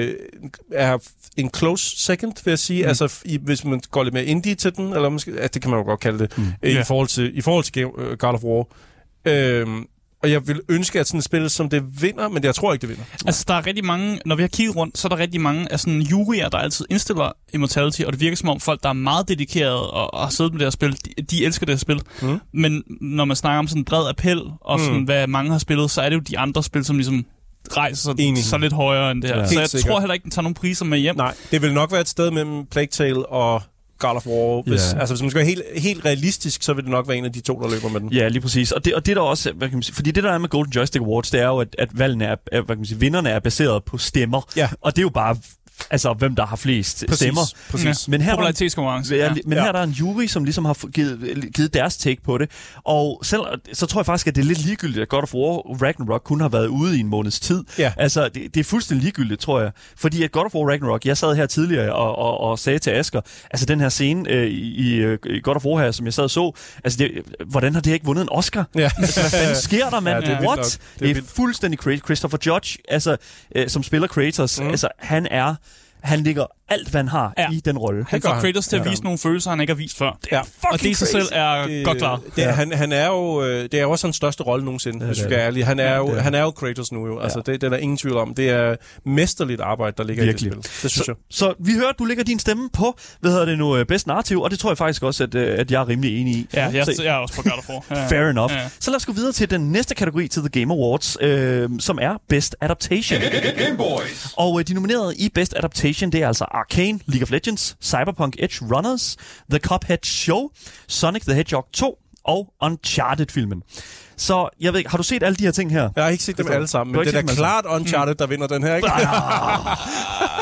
er en close second, vil jeg sige. Mm. Altså, i, hvis man går lidt mere indie til den, eller måske, ja, det kan man jo godt kalde det, mm. uh, yeah. i forhold til, i forhold til Game, uh, God of War. Uh, og jeg vil ønske, at sådan et spil som det vinder, men jeg tror ikke, det vinder. Altså, der er rigtig mange, når vi har kigget rundt, så er der rigtig mange af sådan juryer, der altid indstiller Immortality, og det virker som om folk, der er meget dedikerede og, og har siddet med det her spil, de, de elsker det her spil. Mm. Men når man snakker om sådan en bred appel, og sådan, mm. hvad mange har spillet, så er det jo de andre spil, som ligesom rejser så, så lidt højere end det her. Ja. Så jeg sikkert. tror heller ikke, den tager nogen priser med hjem. Nej, det vil nok være et sted mellem Plague Tale og God of War. Hvis, yeah. Altså, hvis man skal være helt, helt realistisk, så vil det nok være en af de to, der løber med den. Ja, lige præcis. Og det, og det der også, hvad kan man sige, fordi det der er med Golden Joystick Awards, det er jo, at, at valgene er, hvad kan man sige, vinderne er baseret på stemmer. Ja. Og det er jo bare... Altså, hvem der har flest præcis, stemmer. Præcis. Ja. Men her popularitetskonkurrence. Ja, ja. Men her ja. der er en jury, som ligesom har givet, givet deres take på det. Og selv, så tror jeg faktisk, at det er lidt ligegyldigt, at God of War Ragnarok kun har været ude i en måneds tid. Ja. Altså, det, det er fuldstændig ligegyldigt, tror jeg. Fordi at God of War Ragnarok, jeg sad her tidligere og, og, og sagde til Asger, altså den her scene øh, i, i God of War her, som jeg sad og så, altså det, hvordan har det ikke vundet en Oscar? Ja. Altså, hvad fanden sker der, mand? Ja, det er What? Det er, det er fuldstændig crazy. Christopher Judge, altså, øh, som spiller Kratos, mm. altså han er... Han ligger alt, hvad han har ja. i den rolle. Han får Kratos til at vise ja. nogle følelser, han ikke har vist før. Ja. Og det i sig selv er det, godt klar. Det, ja. han, han er jo, det er jo også hans største rolle nogensinde, det, hvis vi er ærlige. Han er, jo, han er jo Kratos nu, jo. Altså, ja. det, det er der ingen tvivl om. Det er mesterligt arbejde, der ligger virkelig. i det spil. Det synes så, jeg. Så vi hørte, du lægger din stemme på, hvad hedder det nu, bedst narrativ, og det tror jeg faktisk også, at, at jeg er rimelig enig i. Ja, jeg, så, jeg er også på God of War. Ja. Fair enough. Ja. Så lad os gå videre til den næste kategori til The Game Awards, øh, som er Best Adaptation. Game Boys. Og øh, de nominerede i Best Adaptation, det er altså Arcane, League of Legends, Cyberpunk Edge Runners, The Cuphead Show, Sonic the Hedgehog to og Uncharted-filmen. Så jeg ved ikke, har du set alle de her ting her? Jeg har ikke set dem alle sammen, men det er da klart Uncharted, der vinder den her, ikke?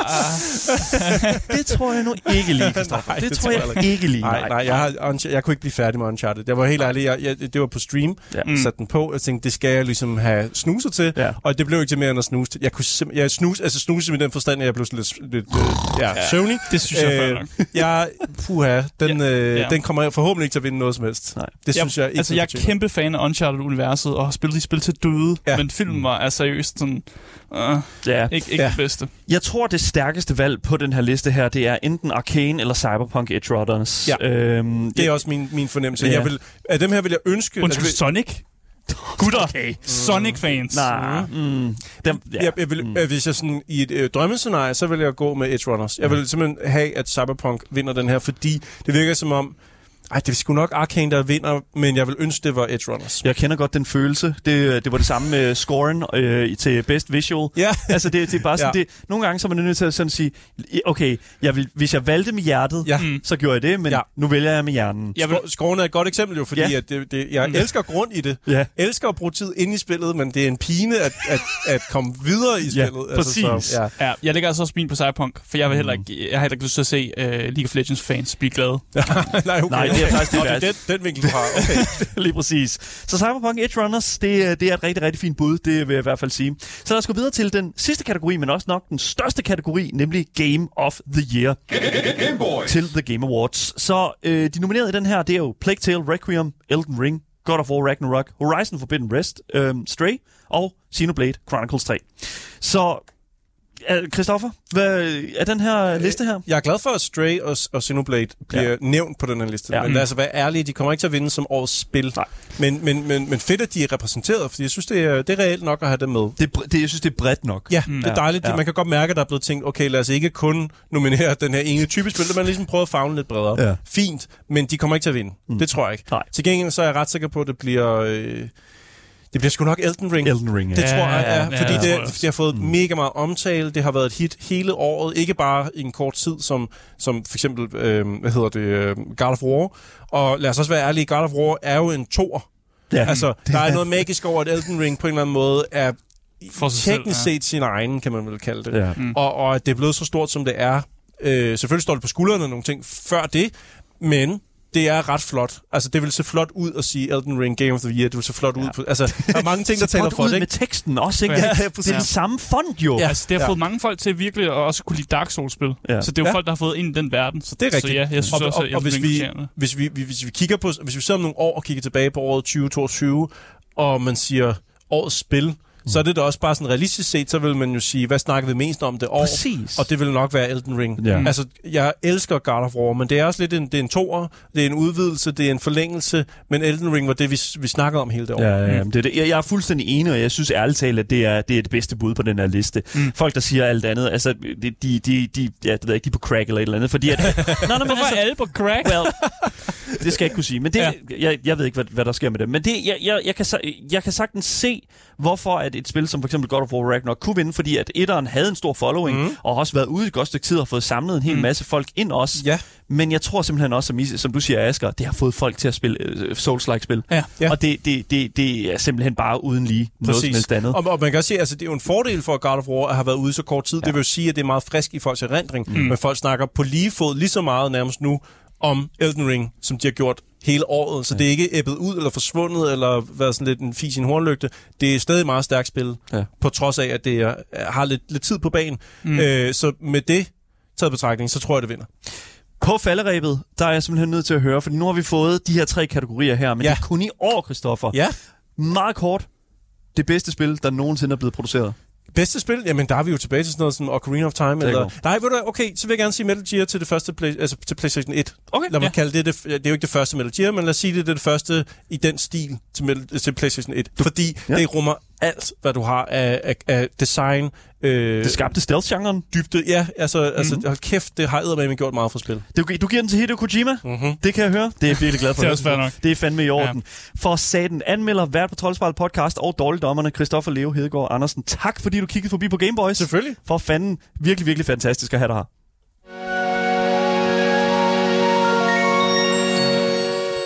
Det tror jeg nu ikke lige, Christoffer. Nej, det, det tror jeg, jeg ikke lige. Nej, nej, jeg, har, jeg kunne ikke blive færdig med Uncharted. Jeg var helt ærlig, jeg, jeg, det var på stream, ja. Jeg satte den på, og tænkte, det skal jeg ligesom have snuset til, ja. Og det blev ikke til mere end at snuse til. Jeg kunne simpelthen, jeg snus, altså snuse med den forstand, at jeg blev sådan lidt, lidt øh, ja, ja, søvnig. Det synes jeg er øh, jeg, puha, den, ja, øh, ja. den kommer forhåbentlig ikke til at vinde noget som helst. Nej. Det synes jeg, jeg ikke. Altså, jeg er kæmpe fan af Uncharted-universet, og har spillet de spil til døde, ja. Men filmen var er seriøst sådan, uh, ja. ikke, ikke ja. det bedste. Jeg tror, det stærkeste valg på den her liste her, det er enten Arcane eller Cyberpunk Edge Runners. Ja. Øhm, det er også min, min fornemmelse. Ja. Jeg vil, af dem her vil jeg ønske... Undskyld, Sonic? Gutter, okay. Sonic-fans. Nej. Mm. Mm. Dem, ja. jeg, jeg vil, mm. Hvis jeg sådan i et øh, drømmescenarie, så vil jeg gå med Edge Runners. Jeg vil simpelthen have, at Cyberpunk vinder den her, fordi det virker som om, ej, det er sgu nok Arcane, der vinder, men jeg vil ønske, det var Edge Runners. Jeg kender godt den følelse. Det, det var det samme med scoren øh, til Best Visual. Ja. Altså, det, det er bare sådan, ja. det, nogle gange så er man nødt til at sådan sige, okay, jeg vil, hvis jeg valgte med hjertet, ja. så gjorde jeg det, men ja. nu vælger jeg med hjernen. Jeg vil... Scoren er et godt eksempel jo, fordi ja. at det, det, jeg elsker grund i det. Ja. Elsker at bruge tid inde i spillet, men det er en pine at, at, at komme videre i spillet. Ja, præcis. Altså, så, ja. Ja, jeg lægger altså også min på Cyberpunk, for jeg vil heller ikke, jeg har heller ikke lyst til at se uh, League of Legends fans blive glade. Nej, okay. Nej, det er faktisk det værste. Den, den vinkel, du har. Okay. Lige præcis. Så Cyberpunk Edge Runners, det, det er et rigtig, rigtig fint bud, det vil jeg i hvert fald sige. Så lad os gå videre til den sidste kategori, men også nok den største kategori, nemlig Game of the Year. Game Boy. Til The Game Awards. Så øh, de nominerede i den her, det er jo Plague Tale, Requiem, Elden Ring, God of War Ragnarok, Horizon Forbidden West, øh, Stray og Xenoblade Chronicles tre. Så... Christoffer, hvad er den her liste her? Jeg er glad for, at Stray og, og Xenoblade bliver ja. nævnt på den her liste. Ja. Men lad os være ærlige, de kommer ikke til at vinde som årets spil. Men, men, men, men fedt, at de er repræsenteret, fordi jeg synes, det er, det er reelt nok at have dem med. Det, det, jeg synes, det er bredt nok. Ja, mm. det er dejligt. Ja. Man kan godt mærke, at der er blevet tænkt, okay, lad os ikke kun nominere den her ene type spil, men ligesom prøve at favne lidt bredere. Ja. Fint, men de kommer ikke til at vinde. Mm. Det tror jeg ikke. Nej. Til gengæld så er jeg ret sikker på, at det bliver... Øh, Det bliver sgu nok Elden Ring. Elden Ring, ja. Det tror jeg, ja. ja fordi ja, det, jeg det har fået mm. mega meget omtale. Det har været et hit hele året. Ikke bare i en kort tid, som, som for eksempel, øh, hvad hedder det, øh, God of War. Og lad os også være ærlige, God of War er jo en toer. Ja. Altså, der er noget magisk over, at Elden Ring på en eller anden måde er for teknisk selv, ja. set sin egen, kan man vel kalde det. Ja. Mm. Og, og at det er blevet så stort, som det er. Øh, selvfølgelig står det på skuldrene nogle ting før det, men... Det er ret flot. Altså, det vil se flot ud at sige Elden Ring Game of the Year. Det vil se flot ja. ud på... Altså, der er mange ting, der taler for det, ikke? Med teksten også, ikke? Ja, ja, det er den samme font, jo. Ja. Altså, det har ja. fået mange folk til virkelig at også kunne lide Dark Souls-spil. Ja. Så det er jo ja. folk, der har fået ind i den verden. Så det er rigtigt. Så ja, jeg synes og, også, og, og, og hvis, vi, hvis, vi, hvis vi kigger på... Hvis vi ser om nogle år og kigger tilbage på året tyve toogtyve, og man siger årets spil... Så er det da også bare sådan realistisk set, så vil man jo sige, hvad snakker vi mest om det år? Præcis. Og det vil nok være Elden Ring. Ja. Altså, jeg elsker God of War, men det er også lidt en, det er en toer, det er en udvidelse, det er en forlængelse, men Elden Ring var det, vi, vi snakker om hele det år. Ja, ja, ja. Det er det. Jeg, jeg er fuldstændig enig, og jeg synes ærligt talt, at det er, det er det bedste bud på den her liste. Mm. Folk, der siger alt andet, altså, de, de, de, de ja, det ved jeg ikke, de er på crack eller et eller andet, fordi at... Nå, nå, men hvorfor er alle på crack? Well, det skal jeg ikke kunne sige, men det, ja. jeg, jeg ved ikke, hvad, hvad der sker med det. Men det, jeg, jeg, jeg, kan, jeg kan sagtens se, hvorfor at et spil som for eksempel God of War Ragnarok kunne vinde, fordi at etteren havde en stor following, mm. og har også været ude i et godt stykke tid og fået samlet en hel mm. masse folk ind også. Ja. Men jeg tror simpelthen også, som, som du siger, Asger, det har fået folk til at spille uh, Souls-like-spil. Ja. Ja. Og det, det, det, det er simpelthen bare uden lige noget som helst andet. Og, og man kan også sige, altså det er jo en fordel for God of War at have været ude så kort tid. Ja. Det vil jo sige, at det er meget frisk i folks erindring, mm. men folk snakker på lige fod lige så meget nærmest nu om Elden Ring, som de har gjort hele året, så ja. det er ikke æbbet ud eller forsvundet, eller været sådan lidt en fis i en hornlygte. Det er stadig et meget stærkt spil, ja. på trods af, at det er, har lidt, lidt tid på banen. Mm. Øh, så med det taget betragtning, så tror jeg, det vinder. På falderæbet, der er jeg simpelthen nødt til at høre, for nu har vi fået de her tre kategorier her, men ja. det er kun i år, Christoffer. Ja. Meget kort. Det bedste spil, der nogensinde er blevet produceret. Bedste spil? Jamen, der er vi jo tilbage til sådan noget som Ocarina of Time. Eller... Nej, ved du, okay, så vil jeg gerne sige Metal Gear til det første play... altså, til PlayStation et. Okay, lad mig ja. kalde det, det, det er jo ikke det første Metal Gear, men lad os sige, det er det første i den stil til, Metal... til PlayStation et. Du... Fordi ja. det rummer alt, hvad du har af, af, af design. Øh... Det skabte stealth-genren. Dybde, ja. Altså, mm-hmm. altså hold kæft, det har eddermame gjort meget for spil. Du, du giver den til Hideo Kojima. Mm-hmm. Det kan jeg høre. Det er jeg virkelig glad for. Det er også fair nok. Det er fandme i orden. Ja. For satan anmelder, vært på Troldspejlet podcast og dårligdommerne, Christoffer Leo Hedegaard Andersen. Tak, fordi du kiggede forbi på Gameboys. Selvfølgelig. For fanden. Virkelig, virkelig fantastisk at have dig her.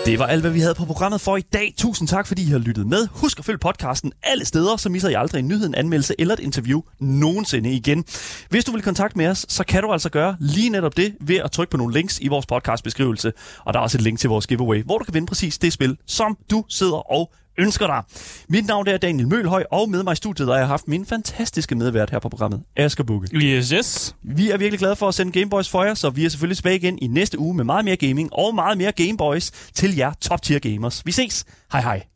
Det var alt, hvad vi havde på programmet for i dag. Tusind tak, fordi I har lyttet med. Husk at følge podcasten alle steder, så misser I aldrig en nyhed, en anmeldelse eller et interview nogensinde igen. Hvis du vil kontakte med os, så kan du altså gøre lige netop det ved at trykke på nogle links i vores podcastbeskrivelse. Og der er også et link til vores giveaway, hvor du kan vinde præcis det spil, som du sidder og ønsker dig. Mit navn er Daniel Mølhøj, og med mig i studiet har jeg haft min fantastiske medvært her på programmet, Asger Bukke. Yes, yes. Vi er virkelig glade for at sende Gameboys for jer, så vi er selvfølgelig tilbage igen i næste uge med meget mere gaming og meget mere Gameboys til jer top tier gamers. Vi ses. Hej hej.